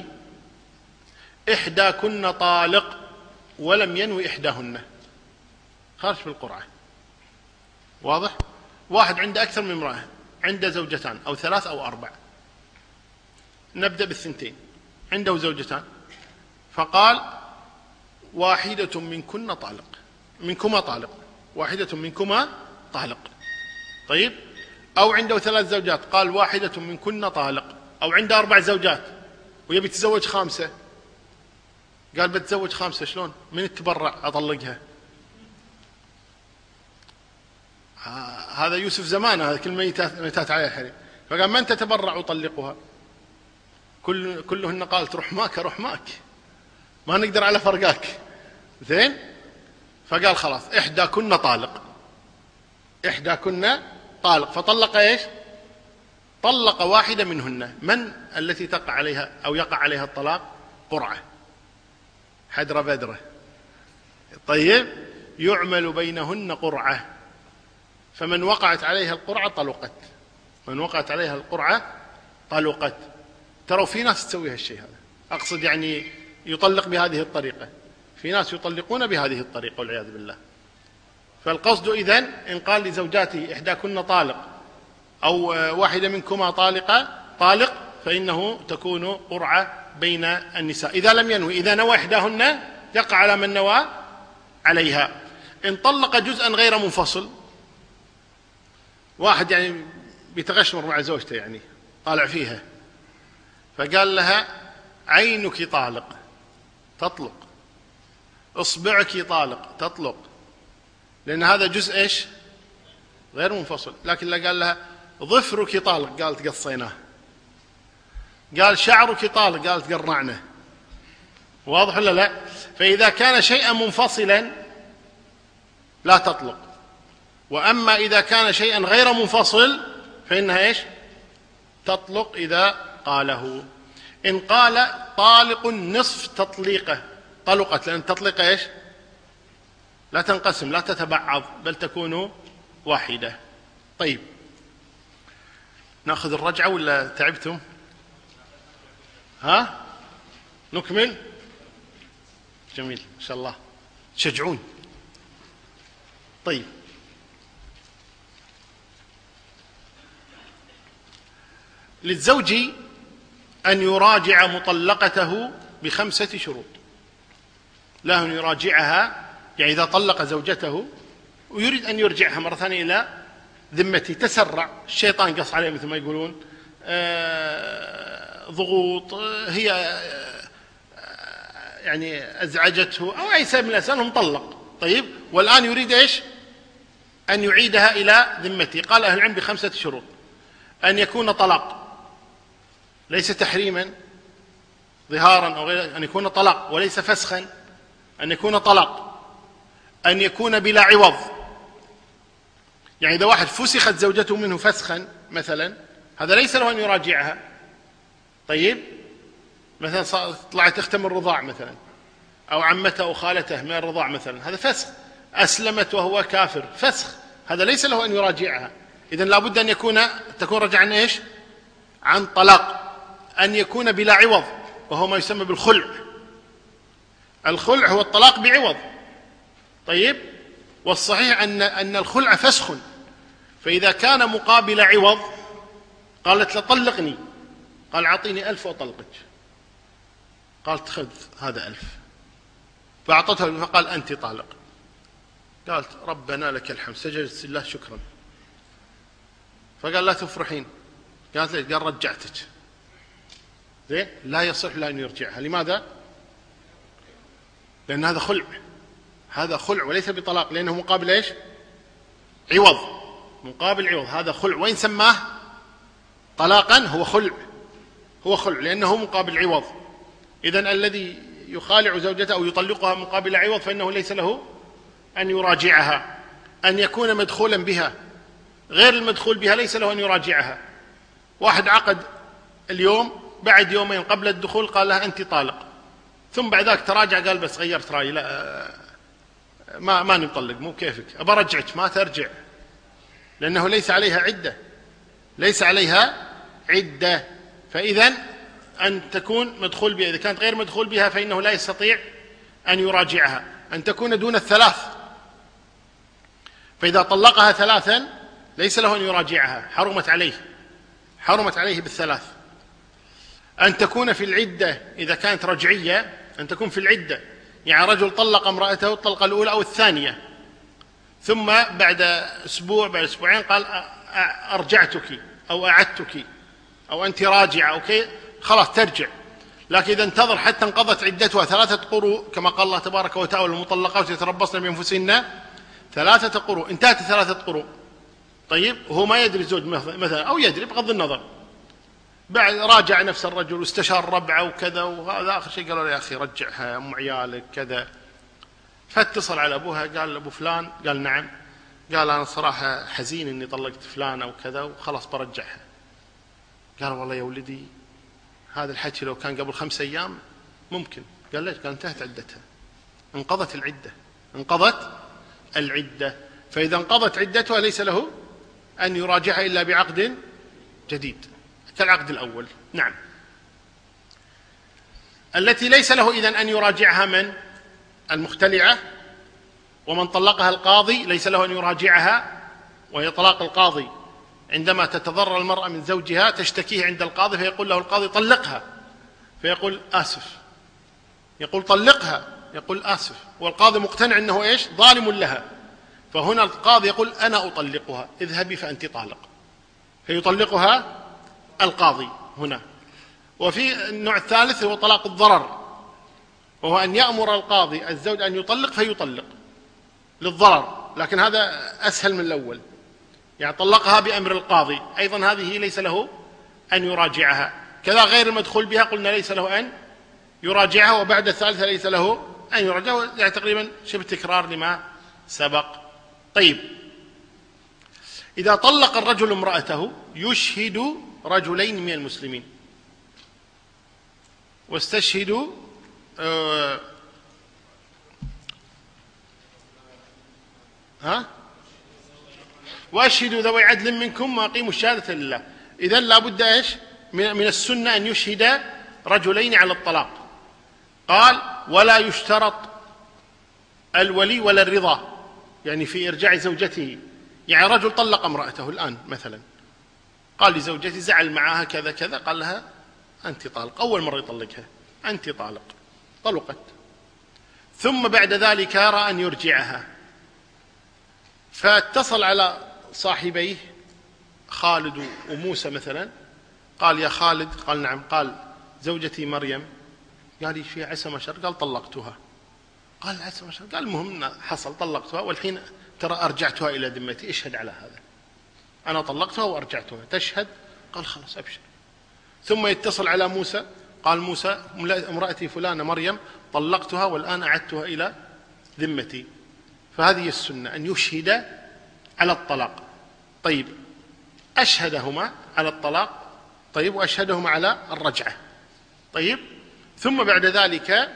A: إحداكن طالق ولم ينوي إحداهن، خارج في القرعة، واضح؟ واحد عنده أكثر من امرأة، عنده زوجتان أو ثلاث أو أربع، نبدأ بالثنتين، عنده زوجتان، فقال واحدة منكن طالق، منكما طالق، واحدة منكما طالق. طيب، أو عنده ثلاث زوجات، قال واحدة منكن طالق، أو عنده أربع زوجات ويبي يتزوج خامسة، قال بتزوج خامسة، شلون؟ من التبرع أطلقها؟ هذا يوسف زمانه، هذا كل ميتات عليه الحريم، فقال من تتبرع أطلقها؟ كلهن قالت رحماك رحماك، ما نقدر على فرقاك، زين؟ فقال خلاص إحداكن طالق، إحداكن طالق، فطلق إيش؟ طلق واحدة منهن. من التي تقع عليها أو يقع عليها الطلاق؟ قرعة، حدرة بدرة. طيب، يعمل بينهن قرعة، فمن وقعت عليها القرعة طلقت، من وقعت عليها القرعة طلقت. تروا في ناس تسوي هالشيء هذا، أقصد يعني يطلق بهذه الطريقة، في ناس يطلقون بهذه الطريقة والعياذ بالله. فالقصد إذن إن قال لزوجاته إحداكن طالق أو واحدة منكما طالق، فإنه تكون قرعة بين النساء إذا لم ينوي. إذا نوى إحداهن يقع على من نوى عليها. إن طلق جزءا غير منفصل، واحد يعني بيتغشمر مع زوجته، يعني طالع فيها، فقال لها عينك طالق تطلق، إصبعك طالق تطلق، لأن هذا جزء إيش؟ غير منفصل. لكن لا قال لها ظفرك طالق قالت قصيناه، قال شعرك طالق قالت قرعنه. واضح ولا لا؟ فإذا كان شيئا منفصلا لا تطلق، وأما إذا كان شيئا غير منفصل فإنها إيش؟ تطلق إذا قاله. إن قال طالق نصف تطليقه طلقت، لأن التطليقة إيش؟ لا تنقسم، لا تتبعض، بل تكون واحدة. طيب نأخذ الرجعة ولا تعبتم؟ ها؟ نكمل؟ جميل إن شاء الله تشجعون. طيب للزوج أن يراجع مطلقته ب5 شروط. له أن يراجعها، يعني إذا طلق زوجته ويريد أن يرجعها مرة ثانية إلى ذمته، تسرع، الشيطان قص عليه مثل ما يقولون، ضغوط، هي يعني أزعجته أو أي سبب من الأسباب، مطلق. طيب والآن يريد إيش؟ أن يعيدها إلى ذمته. قال أهل العلم ب5 شروط: أن يكون طلاق ليس تحريما ظهارا أو غير، أن يكون طلاق وليس فسخا، أن يكون طلاق، أن يكون بلا عوض. يعني إذا واحد فسخت زوجته منه فسخا مثلا، هذا ليس له أن يراجعها. طيب مثلا طلعت أخته من الرضاع مثلا، أو عمته أو خالته من الرضاع مثلا، هذا فسخ. أسلمت وهو كافر، فسخ، هذا ليس له أن يراجعها. إذن لابد أن تكون رجع عن إيش؟ عن طلاق. أن يكون بلا عوض، وهو ما يسمى بالخلع. الخلع هو الطلاق بعوض. طيب والصحيح أن الخلع فسخ، فإذا كان مقابل عوض، قالت له طلقني، قال أعطيني 1000 وأطلقك، قالت خذ هذا 1000، فأعطته، فقال أنت طالق. قالت ربنا لك الحمد، سجدت الله شكرا. فقال لا تفرحين، قالت لي، قال رجعتك. زين، لا يصح له أن يرجعها. لماذا؟ لأن هذا خلع، هذا خلع وليس بطلاق، لأنه مقابل إيش؟ عوض، مقابل عوض، هذا خلع. وإن سماه طلاقا هو خلع، هو خلع لأنه مقابل عوض. إذن الذي يخالع زوجته أو يطلقها مقابل عوض فإنه ليس له أن يراجعها. أن يكون مدخولا بها، غير المدخول بها ليس له أن يراجعها. واحد عقد اليوم، بعد يومين قبل الدخول قال لها أنت طالق، ثم بعد ذلك تراجع قال بس غيرت رأيي، لا ما نطلق، مو كيفك، أبى أرجعك، ما ترجع، لأنه ليس عليها عدة، ليس عليها عدة. فإذن أن تكون مدخول بها، إذا كانت غير مدخول بها فإنه لا يستطيع أن يراجعها. أن تكون دون ال3، فإذا طلقها 3 ليس له أن يراجعها، حرمت عليه ب3. أن تكون في العدة، إذا كانت رجعية أن تكون في العدة، يعني رجل طلق امرأته الطلقة الأولى أو الثانية، ثم بعد أسبوع بعد أسبوعين قال أرجعتك أو أعدتك أو أنت راجعة أو كي، خلاص ترجع. لكن إذا انتظر حتى انقضت عدتها 3 قروء، كما قال الله تبارك وتعالى: المطلقات يتربصن بأنفسهن 3 قروء، انتهت 3 قروء. طيب وهو ما يدري زوج مثلا، أو يدري بغض النظر، بعد راجع نفس الرجل واستشار ربعه وكذا، وهذا آخر شيء قالوا له يا أخي رجعها أم عيالك كذا. فاتصل على أبوها، قال أبو فلان، قال نعم، قال أنا صراحة حزين إني طلقت فلان أو كذا وخلاص برجعها. قال والله يا ولدي هذا الحكي لو كان قبل 5 أيام ممكن. قال ليش؟ قال انتهت عدتها، انقضت العدة، انقضت العدة. فإذا انقضت عدتها ليس له أن يراجعها إلا بعقد جديد كالعقد الأول. نعم. التي ليس له إذن أن يراجعها من؟ المختلعة. ومن طلقها القاضي ليس له أن يراجعها، وهي طلاق القاضي عندما تتضرر المرأة من زوجها تشتكيه عند القاضي، فيقول له القاضي طلقها، فيقول آسف، يقول طلقها، يقول آسف، والقاضي مقتنع أنه إيش؟ ظالم لها. فهنا القاضي يقول أنا أطلقها، اذهبي فأنت طالق، فيطلقها القاضي هنا. وفي النوع الثالث هو طلاق الضرر، وهو أن يأمر القاضي الزوج أن يطلق فيطلق للضرر، لكن هذا أسهل من الأول. يعني طلقها بأمر القاضي، أيضا هذه ليس له أن يراجعها. كذا غير المدخول بها قلنا ليس له أن يراجعها، وبعد الثالثة ليس له أن يراجعها، يعني تقريبا شبه تكرار لما سبق. طيب، إذا طلق الرجل امرأته يشهد رجلين من المسلمين واستشهدوا وأشهدوا ذوي عدل منكم وأقيموا الشهادة لله. إذن لا بد إيش من السنة أن يشهد رجلين على الطلاق. قال ولا يشترط الولي ولا الرضا، يعني في إرجاع زوجته. يعني رجل طلق امرأته الآن مثلا، قال لزوجتي زعل معها كذا كذا، قال لها أنت طالق، أول مرة يطلقها أنت طالق، طلقت. ثم بعد ذلك أرى أن يرجعها، فاتصل على صاحبيه خالد وموسى مثلا، قال يا خالد، قال نعم، قال زوجتي مريم، قال لي في عسى ما شر، قال طلقتها، قال عسى ما شر، قال المهم حصل طلقتها، والحين ترى أرجعتها إلى ذمتي، اشهد على هذا، أنا طلقتها وأرجعتها، تشهد؟ قال خلاص أبشر. ثم يتصل على موسى، قال موسى امرأتي فلانة مريم طلقتها والآن أعدتها إلى ذمتي. فهذه السنة أن يشهد على الطلاق. طيب، أشهدهما على الطلاق، طيب، وأشهدهما على الرجعة. طيب، ثم بعد ذلك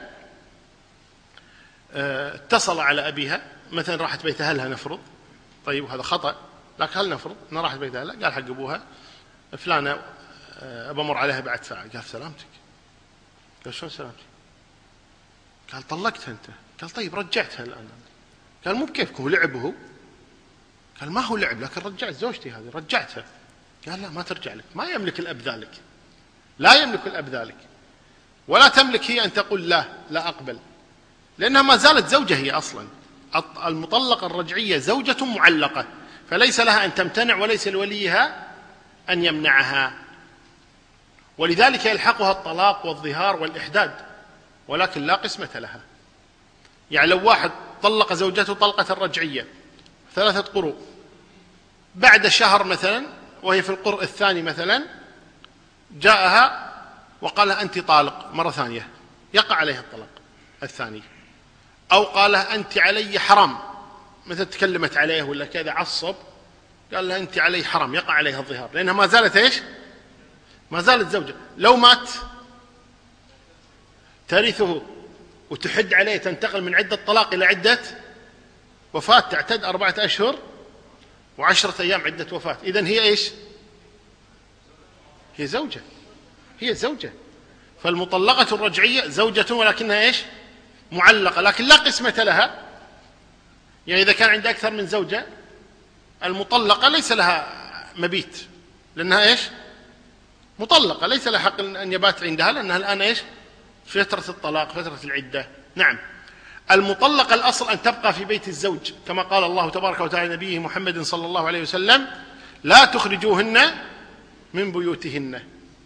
A: اتصل على أبيها، مثلا راحت بيت أهلها نفرض، طيب وهذا خطأ، لكن هل نفرض أنها راحت بيت أهلها، قال حق أبوها فلانة أبمر عليها بعد ساعة، قال سلامتك، قال شو سلامتك، قال طلقتها أنت، قال طيب رجعتها الآن، قال مو بكيفكم لعبه، قال ما هو لعب، لكن رجعت زوجتي هذه، رجعتها، قال لا ما ترجع لك، ما يملك الأب ذلك، لا يملك الأب ذلك، ولا تملك هي أن تقول لا أقبل، لأنها ما زالت زوجة هي أصلا. المطلقة الرجعية زوجة معلقة، فليس لها أن تمتنع وليس لوليها أن يمنعها، ولذلك يلحقها الطلاق والظهار والإحداد، ولكن لا قسمة لها. يعني لو واحد طلق زوجته طلقة الرجعية 3 قروء، بعد شهر مثلا وهي في القرء الثاني مثلا جاءها وقال لها أنت طالق مرة ثانية، يقع عليها الطلاق الثاني. أو قال لها أنت علي حرام، مثل تكلمت عليه ولا كذا عصب، قال لها أنت علي حرام، يقع عليها الظهار، لأنها ما زالت إيش؟ ما زالت زوجة. لو مات ترثه وتحد عليه، تنتقل من عدة طلاق إلى عدة وفاة، تعتد 4 أشهر و10 أيام عدة وفاة. إذن هي إيش؟ هي زوجة، هي زوجة. فالمطلقة الرجعية زوجة ولكنها إيش؟ معلقة، لكن لا قسمة لها. يعني إذا كان عند أكثر من زوجة، المطلقة ليس لها مبيت، لأنها إيش؟ مطلقة، ليس لها حق أن يبات عندها، لأنها الآن إيش؟ فترة الطلاق، فترة العدة. نعم، المطلقة الأصل أن تبقى في بيت الزوج، كما قال الله تبارك وتعالى نبيه محمد صلى الله عليه وسلم: لا تخرجوهن من بيوتهن.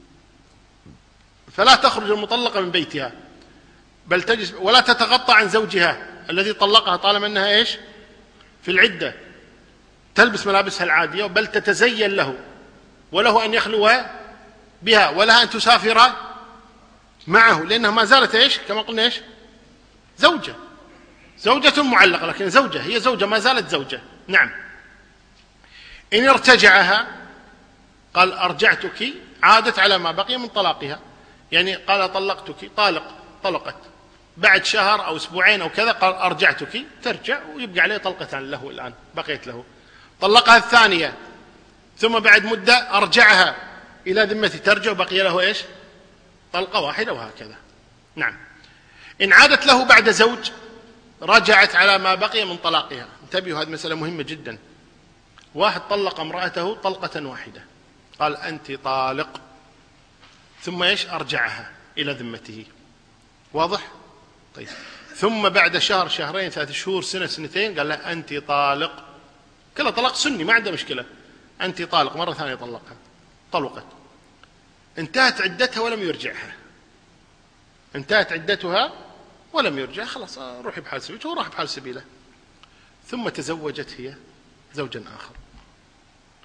A: فلا تخرج المطلقة من بيتها، بل تجلس، ولا تتغطى عن زوجها الذي طلقها طالما أنها إيش؟ في العدة، تلبس ملابسها العادية، بل تتزين له، وله أن يخلو بها، ولها أن تسافر معه، لأنها ما زالت إيش؟ كما قلنا إيش؟ زوجة، زوجة معلقة، لكن زوجة، هي زوجة ما زالت زوجة. نعم. إن ارتجعها، قال أرجعتك، عادت على ما بقي من طلاقها، يعني قال طلقتك، طلقت بعد شهر أو أسبوعين أو كذا، قال أرجعتك، ترجع ويبقى عليه طلقة له الآن بقيت له. طلقها الثانية ثم بعد مدة أرجعها إلى ذمتي، ترجع وبقي له إيش؟ طلقة واحدة، وهكذا. نعم. إن عادت له بعد زوج رجعت على ما بقي من طلاقها. انتبهوا، هذه مسألة مهمة جدا. واحد طلق امرأته طلقة واحدة، قال أنت طالق، ثم إيش؟ أرجعها إلى ذمته. واضح؟ طيب. ثم بعد شهر، شهرين، 3 شهور، سنة، سنتين، قال لها أنت طالق، كله طلاق سني ما عنده مشكلة، أنت طالق، مرة ثانية طلقها، طلقت، انتهت عدتها ولم يرجعها، انتهت عدتها ولم يرجع، خلاص روحي بحال سبيلك، وراح بحال سبيله. ثم تزوجت هي زوجا آخر،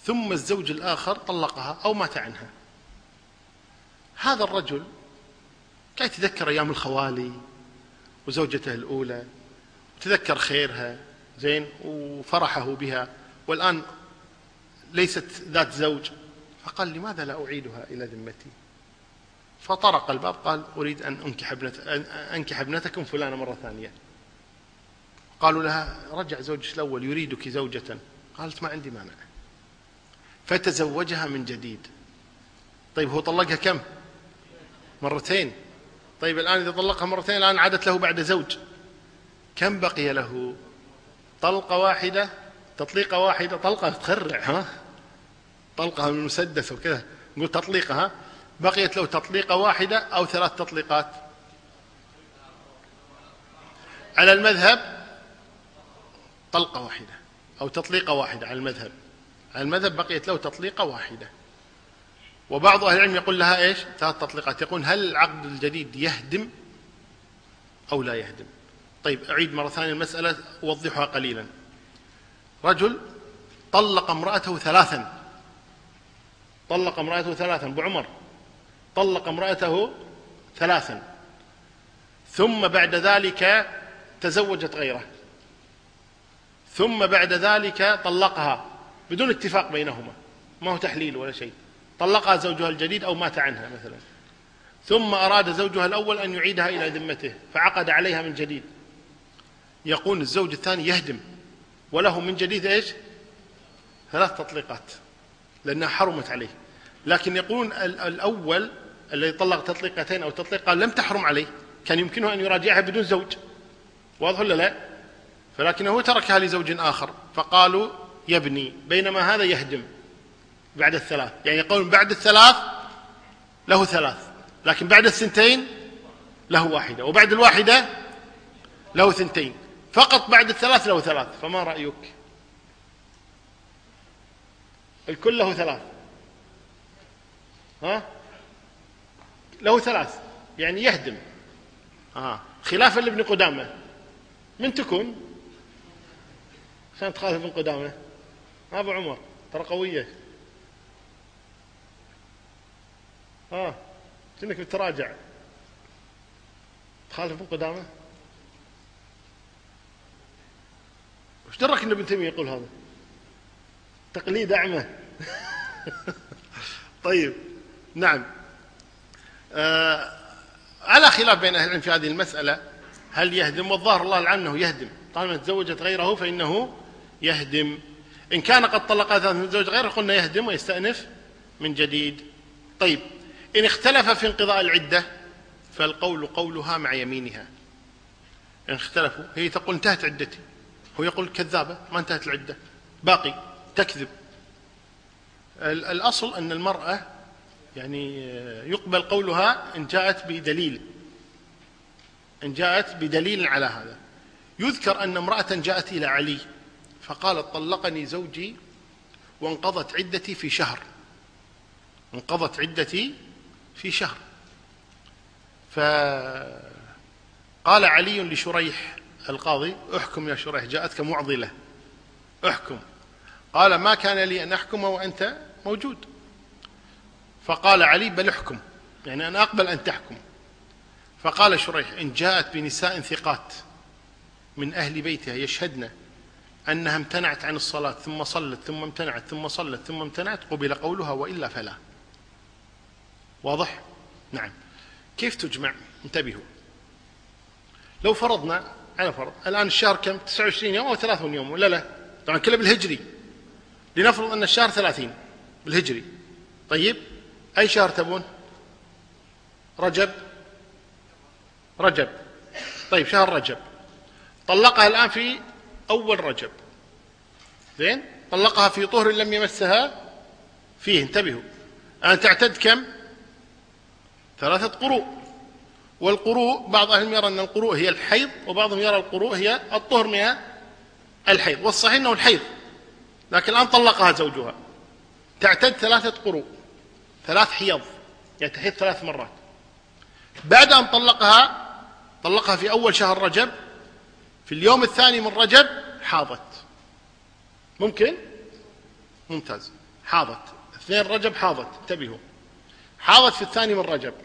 A: ثم الزوج الآخر طلقها أو مات عنها. هذا الرجل كان يتذكر أيام الخوالي وزوجته الأولى، وتذكر خيرها زين وفرحه بها، والآن ليست ذات زوج، فقال لماذا لا أعيدها إلى ذمتي؟ فطرق الباب قال أريد أن أنكح ابنتكم فلانة مرة ثانية. قالوا لها رجع زوجك الأول يريدك زوجة. قالت ما عندي مانع، فتزوجها من جديد. طيب هو طلقها كم؟ مرتين. طيب الآن إذا طلقها مرتين الآن عادت له بعد زوج، كم بقي له؟ طلقة واحدة، تطليقة واحدة، طلقة تخرع ها، طلقها من مسدس وكذا نقول تطليقها، بقيت له تطليقة واحدة أو 3 تطليقات؟ على المذهب طلقة واحدة أو تطليقة واحدة على المذهب، على المذهب بقيت له تطليقة واحدة. وبعض أهل العلم يقول لها إيش؟ 3 تطليقات. يقول هل العقد الجديد يهدم أو لا يهدم؟ طيب أعيد مرة ثانية المسألة أوضحها قليلا. رجل طلق امرأته 3، طلق امرأته 3، أبو عمر طلق امرأته 3، ثم بعد ذلك تزوجت غيره، ثم بعد ذلك طلقها بدون اتفاق بينهما، ما هو تحليل ولا شيء، طلقها زوجها الجديد أو مات عنها مثلا، ثم أراد زوجها الأول أن يعيدها إلى ذمته فعقد عليها من جديد. يقول الزوج الثاني يهدم وله من جديد إيش؟ 3 تطليقات لأنها حرمت عليه. لكن يقولون الأول الذي طلق تطليقتين أو تطليقة لم تحرم عليه، كان يمكنه أن يراجعها بدون زوج، واضح ولا لا؟ فلكنه تركها لزوج آخر فقالوا يبني، بينما هذا يهدم بعد 3، يعني يقولون بعد 3 له 3، لكن بعد 2 له 1، وبعد 1 له 2، فقط بعد 3 له 3. فما رأيك؟ الكل له 3 ها؟ له 3 يعني يهدم خلافا لابن قدامة. من تكون عشان تخالف ابن قدامة؟ أبو عمر ترى قوية، كأنك بتراجع تخالف ابن قدامة. وش درك ان ابن تيمية يقول هذا؟ تقليد أعمى. طيب نعم، على خلاف بين أهل العلم في هذه المسألة هل يهدم، والظاهر الله لعنه يهدم، طالما تزوجت غيره فإنه يهدم. إن كان قد طلقها من زوج غيره قلنا يهدم ويستأنف من جديد. طيب إن اختلف في انقضاء العدة فالقول قولها مع يمينها. إن اختلفوا، هي تقول انتهت عدتي، هو يقول كذابة ما انتهت العدة باقي تكذب. الأصل أن المرأة يعني يقبل قولها إن جاءت بدليل، إن جاءت بدليل على هذا. يذكر أن امرأة جاءت إلى علي فقالت طلقني زوجي وانقضت عدتي في شهر، انقضت عدتي في شهر. فقال علي لشريح القاضي احكم يا شريح، جاءتك معضلة احكم. قال ما كان لي أن أحكم وأنت موجود. فقال علي بل احكم، يعني أنا أقبل أن تحكم. فقال شريح إن جاءت بنساء ثقات من أهل بيتها يشهدن أنها امتنعت عن الصلاة ثم صلت ثم امتنعت ثم صلت ثم امتنعت قبل قولها وإلا فلا. واضح؟ نعم. كيف تجمع؟ انتبهوا، لو فرضنا على فرض الآن الشهر كم؟ 29 يوم أو 30 يوم ولا لا؟ طبعا كله بالهجري، لنفرض أن الشهر 30 بالهجري. طيب أي شهر تبون؟ رجب. طيب شهر رجب، طلقها الآن في أول رجب، زين، طلقها في طهر لم يمسها فيه. انتبهوا، الآن تعتد كم؟ 3 قروء. والقروء بعض أهل العلم يرى أن القروء هي الحيض، وبعضهم يرى القروء هي الطهر من الحيض، والصحيح أنه الحيض. لكن الآن طلقها زوجها، تعتد 3 قروء، 3 حيض، يعني تحيض 3 مرات. بعد أن طلقها في أول شهر رجب، في اليوم الثاني من رجب حاضت. ممكن؟ ممتاز. حاضت 2 رجب حاضت، انتبهوا، حاضت في 2 من رجب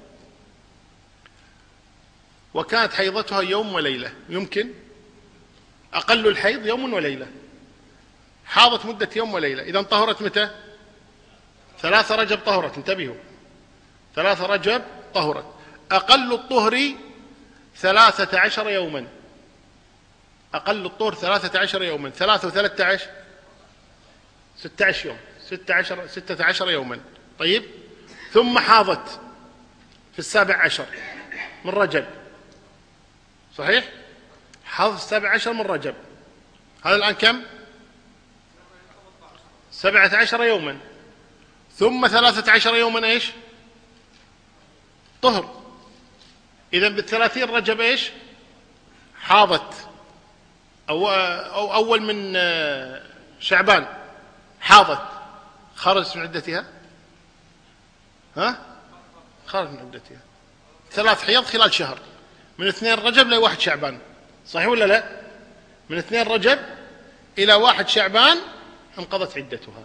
A: وكانت حيضتها يوم وليلة، يمكن أقل الحيض يوم وليلة، حاضت مدة يوم وليلة، إذن طهرت متى؟ 3 رجب طهرت، انتبهوا، 3 رجب طهرت، أقل الطهر 13 يوما، أقل الطهر 13 يوما، 3 و13 16 يوم، 16 يوما. طيب، ثم حاضت في 17 من رجب، صحيح؟ حاضت 17 من رجب، هذا الآن كم؟ 17 يوما، ثم 13 يوما إيش؟ طهر. إذن بال30 رجب إيش؟ حاضت، أو أول من شعبان حاضت، خرجت من عدتها، خرجت من عدتها، 3 حيض خلال شهر، من 2 رجب إلى 1 شعبان، صحيح ولا لا؟ من 2 رجب إلى 1 شعبان انقضت عدتها.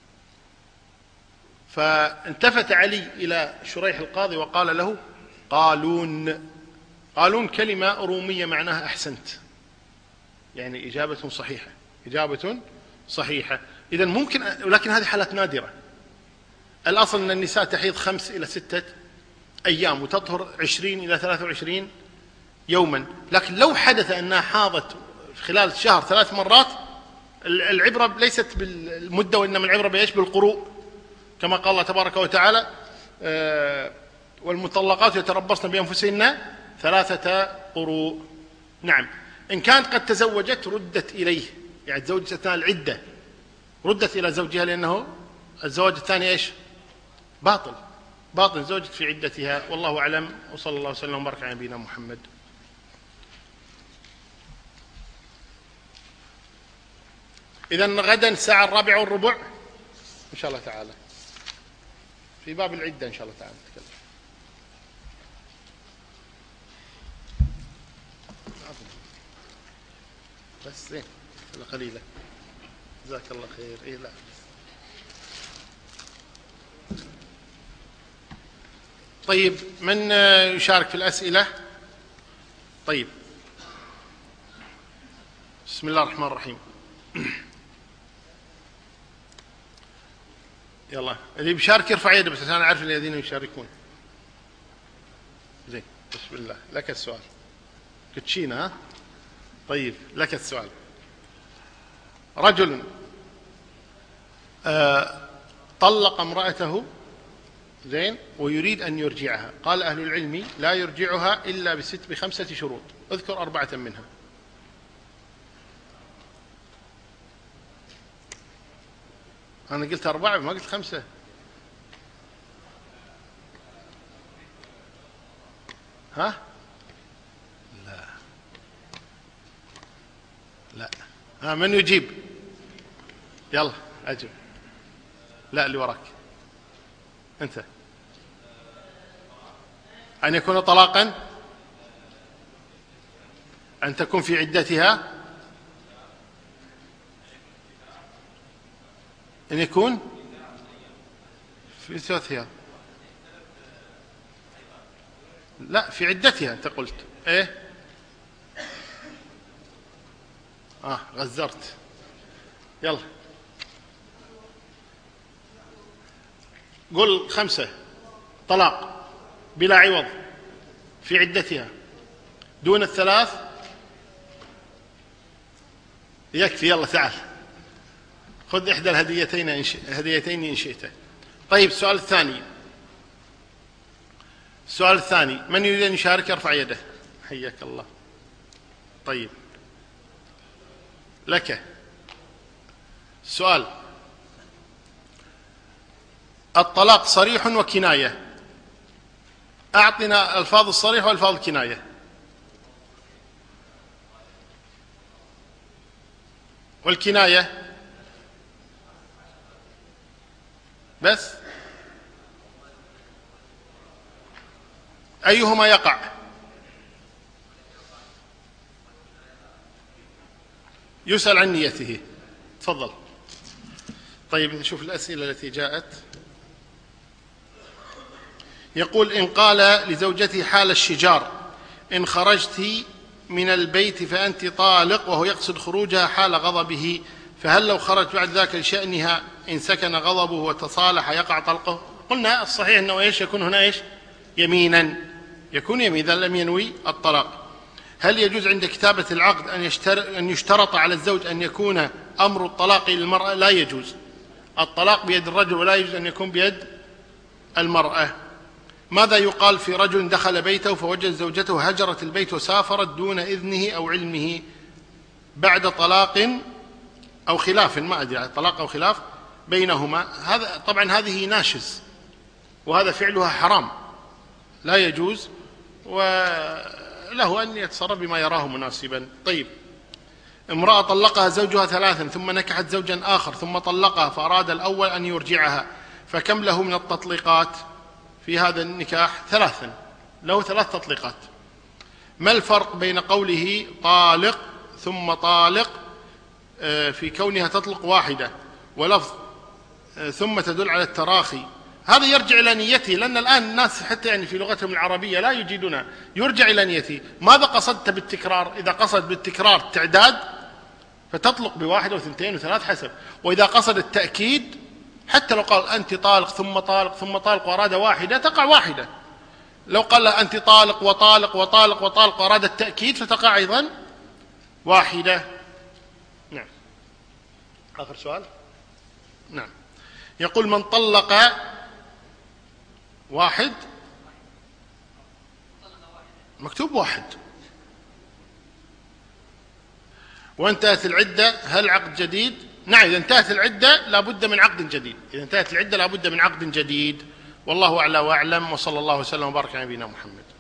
A: فالتفت علي إلى شريح القاضي وقال له: قالون. قالون كلمة رومية معناها أحسنت، يعني إجابة صحيحة، إجابة صحيحة. إذن ممكن، ولكن هذه حالات نادرة. الأصل أن النساء تحيض 5 إلى 6 أيام وتطهر 20 إلى 23 يوما، لكن لو حدث أنها حاضت خلال الشهر 3 مرات، العبرة ليست بالمدة وإنما العبرة بإيش؟ بالقروء، كما قال الله تبارك وتعالى: والمطلقات يتربصن بأنفسهن 3 قروء. نعم، إن كانت قد تزوجت ردت إليه، يعني تزوجت أثناء العدة ردت إلى زوجها، لأنه الزواج الثاني إيش؟ باطل، زوجت في عدتها، والله أعلم، وصلى الله وسلم وبارك على نبينا محمد. إذن غدا الساعة 4:15 إن شاء الله تعالى في باب العدة إن شاء الله تعالى نتكلم. بس زين قليلة، جزاك الله خير. إيه لا طيب، من يشارك في الأسئلة؟ طيب، بسم الله الرحمن الرحيم. يلا، اللي بيشارك يرفع يده بس أنا أعرف الذين يشاركون. زين، بسم الله. لك السؤال. كتشينا، ها؟ طيب، لك السؤال. رجل طلق امرأته، زين، ويريد أن يرجعها، قال أهل العلم لا يرجعها إلا ب5 شروط، اذكر 4 منها. أنا قلت 4 ما قلت 5. ها؟ لا. من يجيب؟ يلا أجب. لا، اللي وراك أنت. أن يكون طلاقا، أن تكون في عدتها، أن يكون في ثلاثها، لا في عدتها أنت قلت إيه؟ غزرت. يلا قل 5 طلاق بلا عوض في عدتها دون ال3 يكفي. يلا تعال خذ إحدى الهديتين إن شئت. طيب، السؤال الثاني، من يريد أن يشارك يرفع يده. حياك الله. طيب، لك السؤال. الطلاق صريح وكناية، أعطنا ألفاظ الصريح وألفاظ الكناية. والكناية بس أيهما يقع؟ يسأل عن نيته. تفضل. طيب نشوف الأسئلة التي جاءت. يقول: إن قال لزوجته حال الشجار: إن خرجت من البيت فأنت طالق، وهو يقصد خروجها حال غضبه، فهل لو خرج بعد ذاك لشأنها إن سكن غضبه وتصالح يقع طلقه؟ قلنا الصحيح أنه إيش يكون هنا إيش يمينا، يكون يمين إذا لم ينوي الطلاق. هل يجوز عند كتابة العقد أن يشترط على الزوج أن يكون أمر الطلاق للمرأة؟ لا يجوز، الطلاق بيد الرجل ولا يجوز أن يكون بيد المرأة. ماذا يقال في رجل دخل بيته فوجد زوجته هجرت البيت وسافرت دون إذنه أو علمه بعد طلاق أو خلاف، ما أدري طلاق أو خلاف بينهما؟ هذا طبعا هذه ناشز، وهذا فعلها حرام لا يجوز، وله أن يتصرف بما يراه مناسبا. طيب، امرأة طلقها زوجها 3 ثم نكحت زوجا آخر ثم طلقها، فأراد الأول أن يرجعها، فكم له من التطليقات في هذا النكاح؟ 3، له 3 تطليقات. ما الفرق بين قوله طالق ثم طالق في كونها تطلق واحدة، ولفظ ثم تدل على التراخي؟ هذا يرجع إلى نيته، لأن الآن الناس حتى يعني في لغتهم العربية لا يجيدونها، يرجع إلى نيته. ماذا قصدت بالتكرار؟ إذا قصد بالتكرار تعداد فتطلق ب1 و2 و3 حسب، وإذا قصد التأكيد حتى لو قال أنت طالق ثم طالق ثم طالق وأراد واحدة تقع واحدة، لو قال أنت طالق وطالق وطالق وطالق وأراد التأكيد فتقع أيضا واحدة. نعم. آخر سؤال. نعم. يقول: من طلق واحد، مكتوب واحد، وانتهت العدة، هل عقد جديد؟ نعم، إذا انتهت العدة لا بد من عقد جديد، إذا انتهت العدة لا بد من عقد جديد. والله أعلى وأعلم، وصلى الله وسلم وبارك على نبينا محمد.